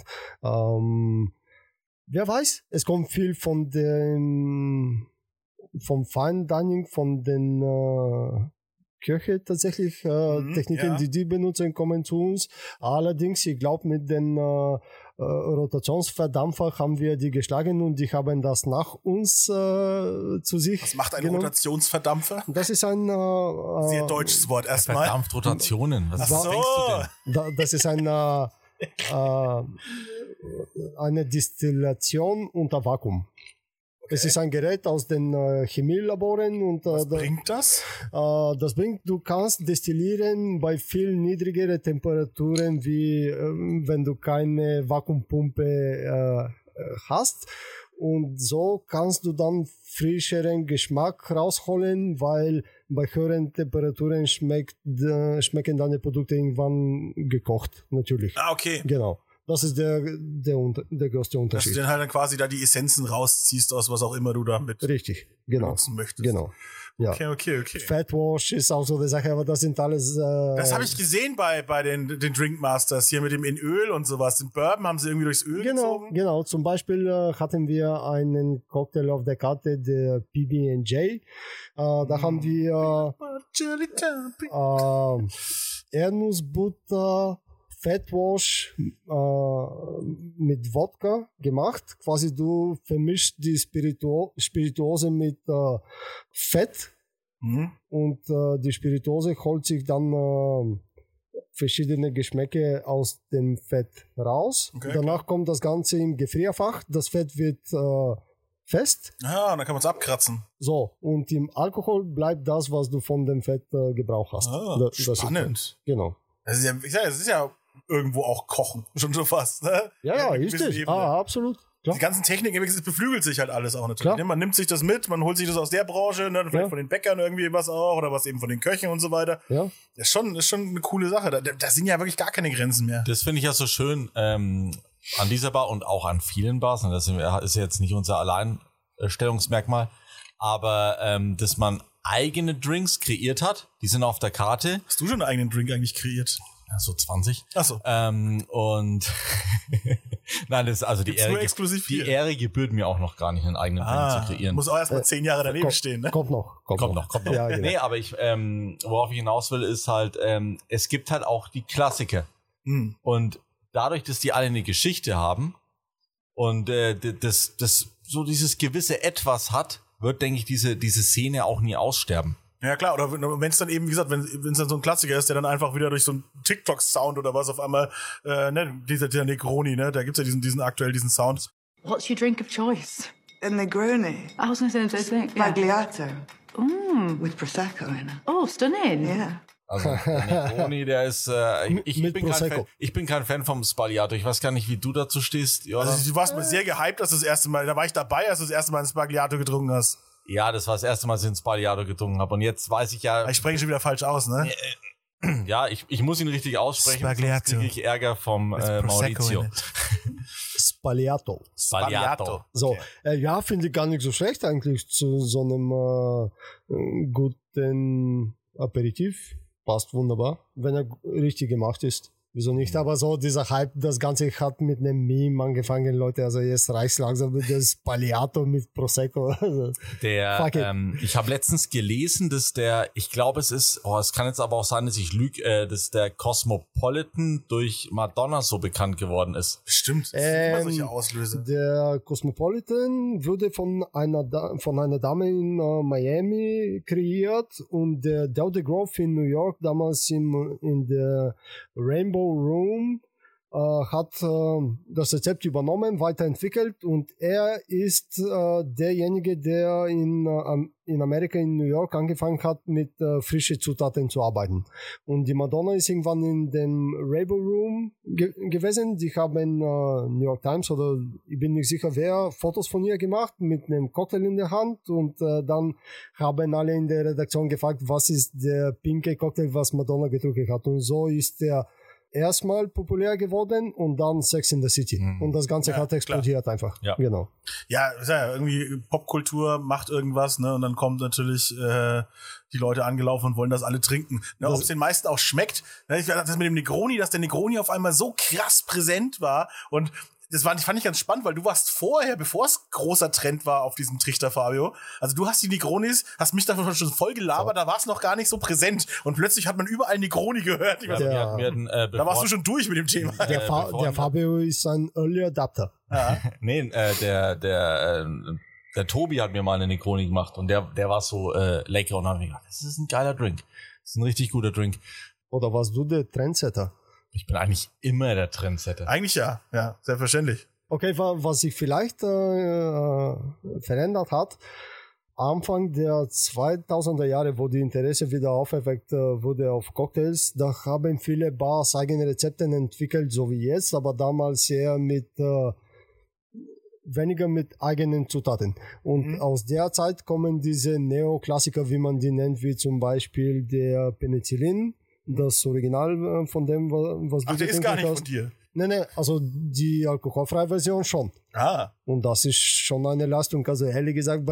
Wer weiß, es kommt viel vom Fine Dining, von den Köche tatsächlich. Techniken, die benutzen, kommen zu uns. Allerdings, ich glaube, mit den Rotationsverdampfer haben wir die geschlagen und die haben das nach uns zu sich. Was macht ein genommen. Rotationsverdampfer? Das ist ein Sehr deutsches Wort erstmal. Verdampft Rotationen. Was Ach so. denkst du denn? Das ist eine Destillation unter Vakuum. Es ist ein Gerät aus den Chemielaboren und Was bringt das? das bringt, du kannst destillieren bei viel niedrigeren Temperaturen, wie wenn du keine Vakuumpumpe hast. Und so kannst du dann frischeren Geschmack rausholen, weil bei höheren Temperaturen schmecken deine Produkte irgendwann gekocht, natürlich. Ah, okay. Genau. Das ist der größte Dass Unterschied. du dann halt dann quasi da die Essenzen rausziehst aus was auch immer du damit Richtig, genau. benutzen möchtest. Genau. Ja. Okay. Fatwash ist auch so eine Sache, aber das sind alles. Das habe ich gesehen bei den Drinkmasters hier mit dem in Öl und sowas. Den Bourbon haben sie irgendwie durchs Öl gezogen. Genau. Zum Beispiel hatten wir einen Cocktail auf der Karte, der PB&J. Da haben wir Erdnussbutter, Fatwash mit Wodka gemacht. Quasi du vermischst die Spirituose mit Fett und die Spirituose holt sich dann verschiedene Geschmäcke aus dem Fett raus. Okay, Danach kommt das Ganze im Gefrierfach. Das Fett wird fest. Ja, und dann kann man es abkratzen. So, und im Alkohol bleibt das, was du von dem Fett gebraucht hast. Das Spannend. ist, genau. Das ist ja, ich sag, es ist ja irgendwo auch Kochen, schon so fast. Ne? Ja, Mit ist gewissen es. Ebene. Absolut. Klar. Die ganzen Techniken, es beflügelt sich halt alles auch natürlich. Klar. Ne? Man nimmt sich das mit, man holt sich das aus der Branche, ne? Vielleicht von den Bäckern irgendwie was auch oder was eben von den Köchen und so weiter. Ja. Das ist schon eine coole Sache. Da sind ja wirklich gar keine Grenzen mehr. Das finde ich ja so schön an dieser Bar und auch an vielen Bars. Und das ist jetzt nicht unser Alleinstellungsmerkmal, aber dass man eigene Drinks kreiert hat. Die sind auf der Karte. Hast du schon einen eigenen Drink eigentlich kreiert? Ja, so 20. Ach so. Und nein, das also die Ehre gebührt mir auch noch gar nicht, einen eigenen Drink zu kreieren. Muss auch erst mal 10 Jahre daneben stehen, ne? Kommt noch. Kommt noch. Ja, genau. Nee, aber worauf ich hinaus will, ist halt, es gibt halt auch die Klassiker. Und dadurch, dass die alle eine Geschichte haben und das so dieses gewisse Etwas hat, wird, denke ich, diese Szene auch nie aussterben. Ja klar, oder wenn es dann eben, wie gesagt, wenn es dann so ein Klassiker ist, der dann einfach wieder durch so einen TikTok-Sound oder was auf einmal, dieser Negroni, ne, da gibt's ja diesen Sound. What's your drink of choice? A Negroni. I was going to say the same thing. Yeah. Bagliato. With Prosecco in it. Oh, stunning. Yeah. Also der Negroni, der ist, ich bin kein Fan vom Spagliato. Ich weiß gar nicht, wie du dazu stehst, Jordan. Also du warst mal sehr gehypt, dass das erste Mal, da war ich dabei, als du das erste Mal ein Spagliato getrunken hast. Ja, das war das erste Mal, dass ich ein Spagliato getrunken habe. Und jetzt weiß ich ja... Ich spreche schon wieder falsch aus, ne? Ja, ich muss ihn richtig aussprechen. Spagliato. Sonst kriege ich Ärger vom Maurizio. Spagliato. Spagliato. So, ja, finde ich gar nicht so schlecht eigentlich zu so einem guten Aperitif. Passt wunderbar, wenn er richtig gemacht ist. Wieso nicht? Aber so dieser Hype, das Ganze hat mit einem Meme angefangen, Leute. Also jetzt reicht's langsam mit dem Spagliato mit Prosecco. Also, ich habe letztens gelesen, dass ich glaube es kann jetzt aber auch sein, dass ich lüge, dass der Cosmopolitan durch Madonna so bekannt geworden ist. Stimmt, das sind immer solche Auslöser. Der Cosmopolitan wurde von einer Dame in Miami kreiert und der Dow de Grove in New York damals in der Rainbow Room hat das Rezept übernommen, weiterentwickelt und er ist derjenige, der in Amerika, in New York angefangen hat, mit frischen Zutaten zu arbeiten. Und die Madonna ist irgendwann in dem Rainbow Room gewesen. Die haben New York Times oder ich bin nicht sicher wer, Fotos von ihr gemacht mit einem Cocktail in der Hand und dann haben alle in der Redaktion gefragt, was ist der pinke Cocktail, was Madonna getrunken hat. Und so ist der erstmal populär geworden und dann Sex in the City. Und das Ganze hat explodiert einfach. Ja. Genau. Ja, ist ja irgendwie Popkultur macht irgendwas, ne? Und dann kommt natürlich die Leute angelaufen und wollen das alle trinken. Ne? Ob es den meisten auch schmeckt. Ne? Das mit dem Negroni, dass der Negroni auf einmal so krass präsent war und fand ich ganz spannend, weil du warst vorher, bevor es großer Trend war auf diesem Trichter, Fabio. Also du hast die Negronis, hast mich davon schon voll gelabert, da war es noch gar nicht so präsent. Und plötzlich hat man überall Negroni gehört. Also da warst du schon durch mit dem Thema. Der Fabio ist ein Early Adapter. Ja. Nee, der Tobi hat mir mal eine Negroni gemacht und der war so lecker und habe mir gedacht, das ist ein geiler Drink. Das ist ein richtig guter Drink. Oder warst du der Trendsetter? Ich bin eigentlich immer der Trendsetter. Eigentlich ja, selbstverständlich. Okay, was sich vielleicht verändert hat, Anfang der 2000er Jahre, wo die Interesse wieder aufgeweckt wurde auf Cocktails, da haben viele Bars eigene Rezepte entwickelt, so wie jetzt, aber damals eher weniger mit eigenen Zutaten. Und aus der Zeit kommen diese Neoklassiker, wie man die nennt, wie zum Beispiel der Penicillin, das Original von dem, was du der ist gar nicht hast. von dir. Nee, also die alkoholfreie Version schon. Und das ist schon eine Leistung. Also ehrlich gesagt,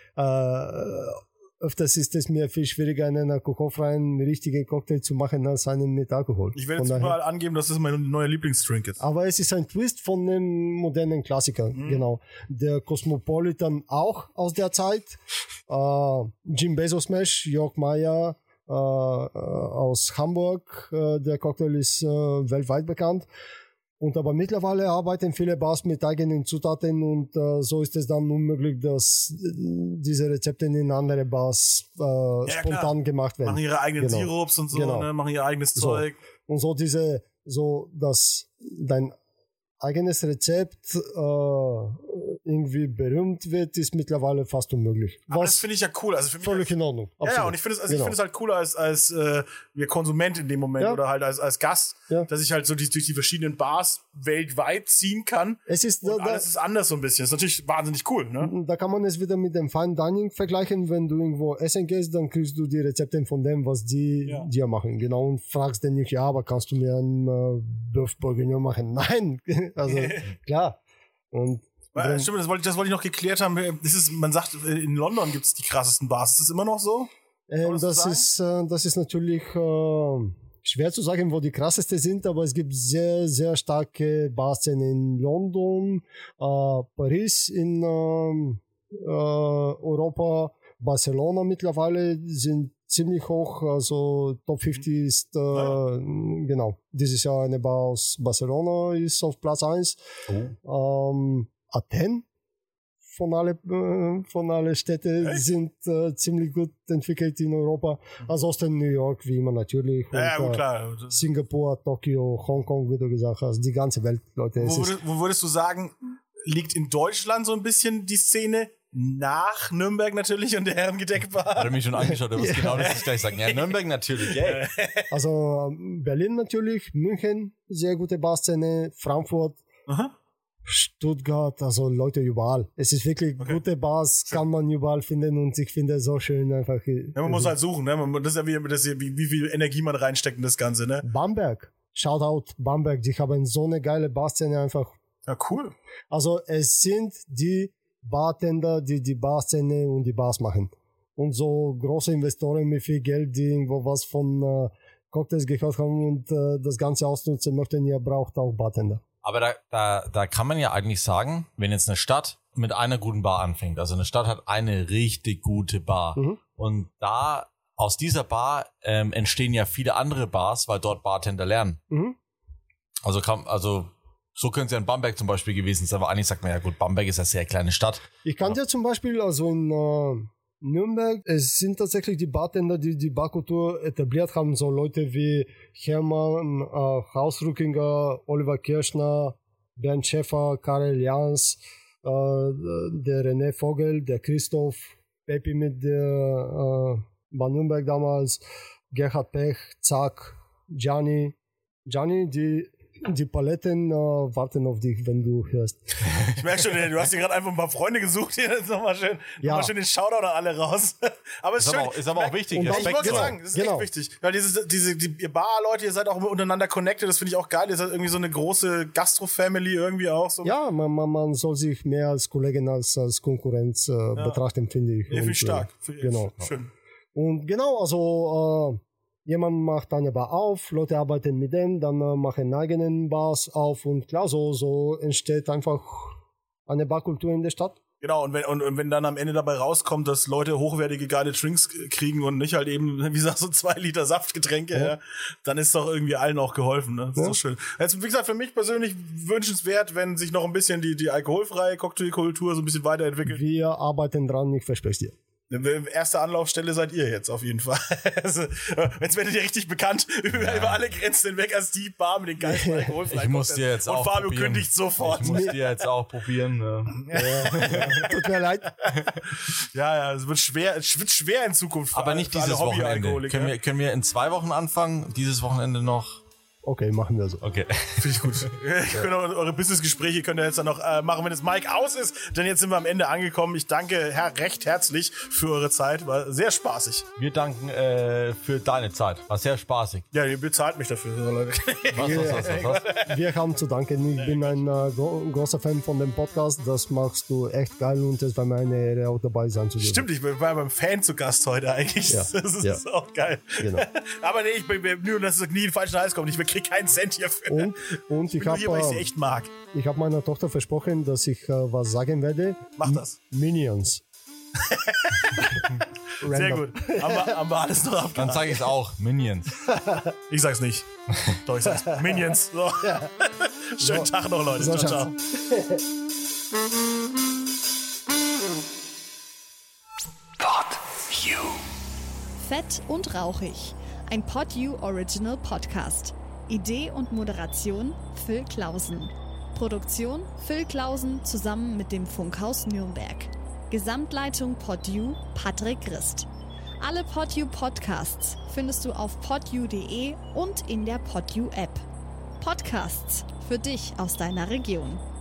öfters ist es mir viel schwieriger, einen alkoholfreien richtigen Cocktail zu machen, als einen mit Alkohol. Ich werde jetzt überall angeben, dass das mein neuer Lieblingsdrink ist. Aber es ist ein Twist von einem modernen Klassiker, genau. Der Cosmopolitan auch aus der Zeit. Jim Bezos Smash, Jörg Meyer aus Hamburg. Der Cocktail ist weltweit bekannt. Und aber mittlerweile arbeiten viele Bars mit eigenen Zutaten und so ist es dann unmöglich, dass diese Rezepte in andere Bars spontan gemacht werden. Machen ihre eigenen Sirups und so, ne? Machen ihr eigenes Zeug. Und dass dein eigenes Rezept irgendwie berühmt wird, ist mittlerweile fast unmöglich. Aber das finde ich ja cool. Also für mich völlig in Ordnung. Absolut. Ja, und ich finde es halt cooler als Konsument in dem Moment oder halt als Gast, dass ich halt so durch die verschiedenen Bars weltweit ziehen kann. Es ist und alles ist anders so ein bisschen. Das ist natürlich wahnsinnig cool, ne? Da kann man es wieder mit dem Fine Dining vergleichen. Wenn du irgendwo essen gehst, dann kriegst du die Rezepte von dem, was die dir machen. Genau. Und fragst dann nicht, aber kannst du mir einen Bœuf Bourguignon machen? Nein. Also, klar. Und stimmt, das wollte ich noch geklärt haben. Man sagt, in London gibt es die krassesten Bars. Ist das immer noch so? Das ist natürlich schwer zu sagen, wo die krassesten sind, aber es gibt sehr, sehr starke Barszenen in London, Paris in Europa, Barcelona mittlerweile sind ziemlich hoch, also Top 50 ist, genau, dieses Jahr eine Bar aus Barcelona ist auf Platz 1. Athen von alle Städte sind ziemlich gut entwickelt in Europa. Ansonsten New York, wie immer natürlich. Und, klar. Singapur, Tokio, Hongkong, wie du gesagt hast, die ganze Welt, Leute. Wo würdest du sagen, liegt in Deutschland so ein bisschen die Szene? Nach Nürnberg natürlich und der Herrengedeckbar. Hat er mich schon angeschaut, du wirst genau das gleich sagen. Ja, Nürnberg natürlich, yeah. Also Berlin natürlich, München, sehr gute Barszene, Frankfurt, Stuttgart, also Leute überall. Es ist wirklich gute Bars, kann man überall finden und ich finde es so schön einfach. Ja, man muss halt suchen, ne? Das ist ja wie viel Energie man reinsteckt in das Ganze, ne? Bamberg, Shoutout Bamberg, die haben so eine geile Barszene einfach. Ja, cool. Also es sind die Bartender, die Barszene und die Bars machen. Und so große Investoren mit viel Geld, die irgendwo was von Cocktails gehört haben und das Ganze ausnutzen möchten, ihr braucht auch Bartender. Aber da kann man ja eigentlich sagen, wenn jetzt eine Stadt mit einer guten Bar anfängt, also eine Stadt hat eine richtig gute Bar und da aus dieser Bar entstehen ja viele andere Bars, weil dort Bartender lernen. Also so könnte es ja in Bamberg zum Beispiel gewesen sein, aber eigentlich sagt man ja gut, Bamberg ist eine sehr kleine Stadt. Ich kann dir zum Beispiel, also in Nürnberg, es sind tatsächlich die Bartender, die die Barkultur etabliert haben, so Leute wie Hermann Hausrückinger, Oliver Kirschner, Bernd Schäfer, Karel Jans, der René Vogel, der Christoph, Peppi mit der Bad Nürnberg damals, Gerhard Pech, Zack, Gianni, die Paletten warten auf dich, wenn du hörst. Ich merke schon, du hast dir gerade einfach ein paar Freunde gesucht. Hier ist nochmal schön den Shoutout an alle raus. Aber es ist aber auch wichtig. Ich wollte sagen, das ist echt wichtig. Weil ihr Bar-Leute, ihr seid auch untereinander connected, das finde ich auch geil. Ihr seid irgendwie so eine große Gastro-Family irgendwie auch. So. Ja, man soll sich mehr als Kollegen als Konkurrenz betrachten, finde ich. Ja, finde ich stark. Genau. Schön. Und genau, also Jemand macht eine Bar auf, Leute arbeiten mit dem, dann machen eigenen Bars auf und klar, so entsteht einfach eine Barkultur in der Stadt. Genau, und wenn dann am Ende dabei rauskommt, dass Leute hochwertige, geile Drinks kriegen und nicht halt eben, wie gesagt, so 2 Liter Saftgetränke, ja, dann ist doch irgendwie allen auch geholfen. Ne? Das ist doch schön. Jetzt, wie gesagt, für mich persönlich wünschenswert, wenn sich noch ein bisschen die alkoholfreie Cocktailkultur so ein bisschen weiterentwickelt. Wir arbeiten dran, ich verspreche es dir. Erste Anlaufstelle seid ihr jetzt auf jeden Fall. Also, jetzt werdet ihr richtig bekannt über alle Grenzen hinweg als die Bar mit den geilsten alkoholfreien. Ich muss dir jetzt auch und Fabio probieren. kündigt sofort. Ich muss dir jetzt auch probieren. Tut mir leid. Ja, es wird schwer in Zukunft. Für Aber alle, nicht für alle dieses Wochenende. Hobbyalkoholiker. Können wir in 2 Wochen anfangen? Dieses Wochenende noch? Okay, machen wir so. Okay. Finde ich gut. Ihr könnt auch eure Businessgespräche könnt ihr jetzt dann noch machen, wenn das Mic aus ist. Denn jetzt sind wir am Ende angekommen. Ich danke recht herzlich für eure Zeit. War sehr spaßig. Wir danken für deine Zeit. War sehr spaßig. Ja, ihr bezahlt mich dafür, Leute. Was? Wir haben zu danken. Ich bin ein großer Fan von dem Podcast. Das machst du echt geil und es war mir eine Ehre, auch dabei sein zu dürfen. Stimmt, ich war beim Fan zu Gast heute eigentlich. Ja, Das ist auch geil. Genau. Aber nee, ich bin nur, dass es nie in den falschen Hals kommt. Ich krieg keinen Cent hierfür. Und ich Nur hier, weil ich sie habe echt mag. meiner Tochter versprochen, dass ich was sagen werde. Mach das. Minions. Sehr gut. Haben wir alles noch Dann abgehakt. sage ich es auch. Minions. Ich sag's nicht. Doch, ich sag's. Minions. So. Schönen Tag noch, Leute. So, Ciao, ciao. Pod You. Fett und rauchig. Ein Pod You Original Podcast. Idee und Moderation Phil Clausen. Produktion Phil Clausen zusammen mit dem Funkhaus Nürnberg. Gesamtleitung Pod You Patrick Christ. Alle Pod You Podcasts findest du auf podyou.de und in der Pod You App. Podcasts für dich aus deiner Region.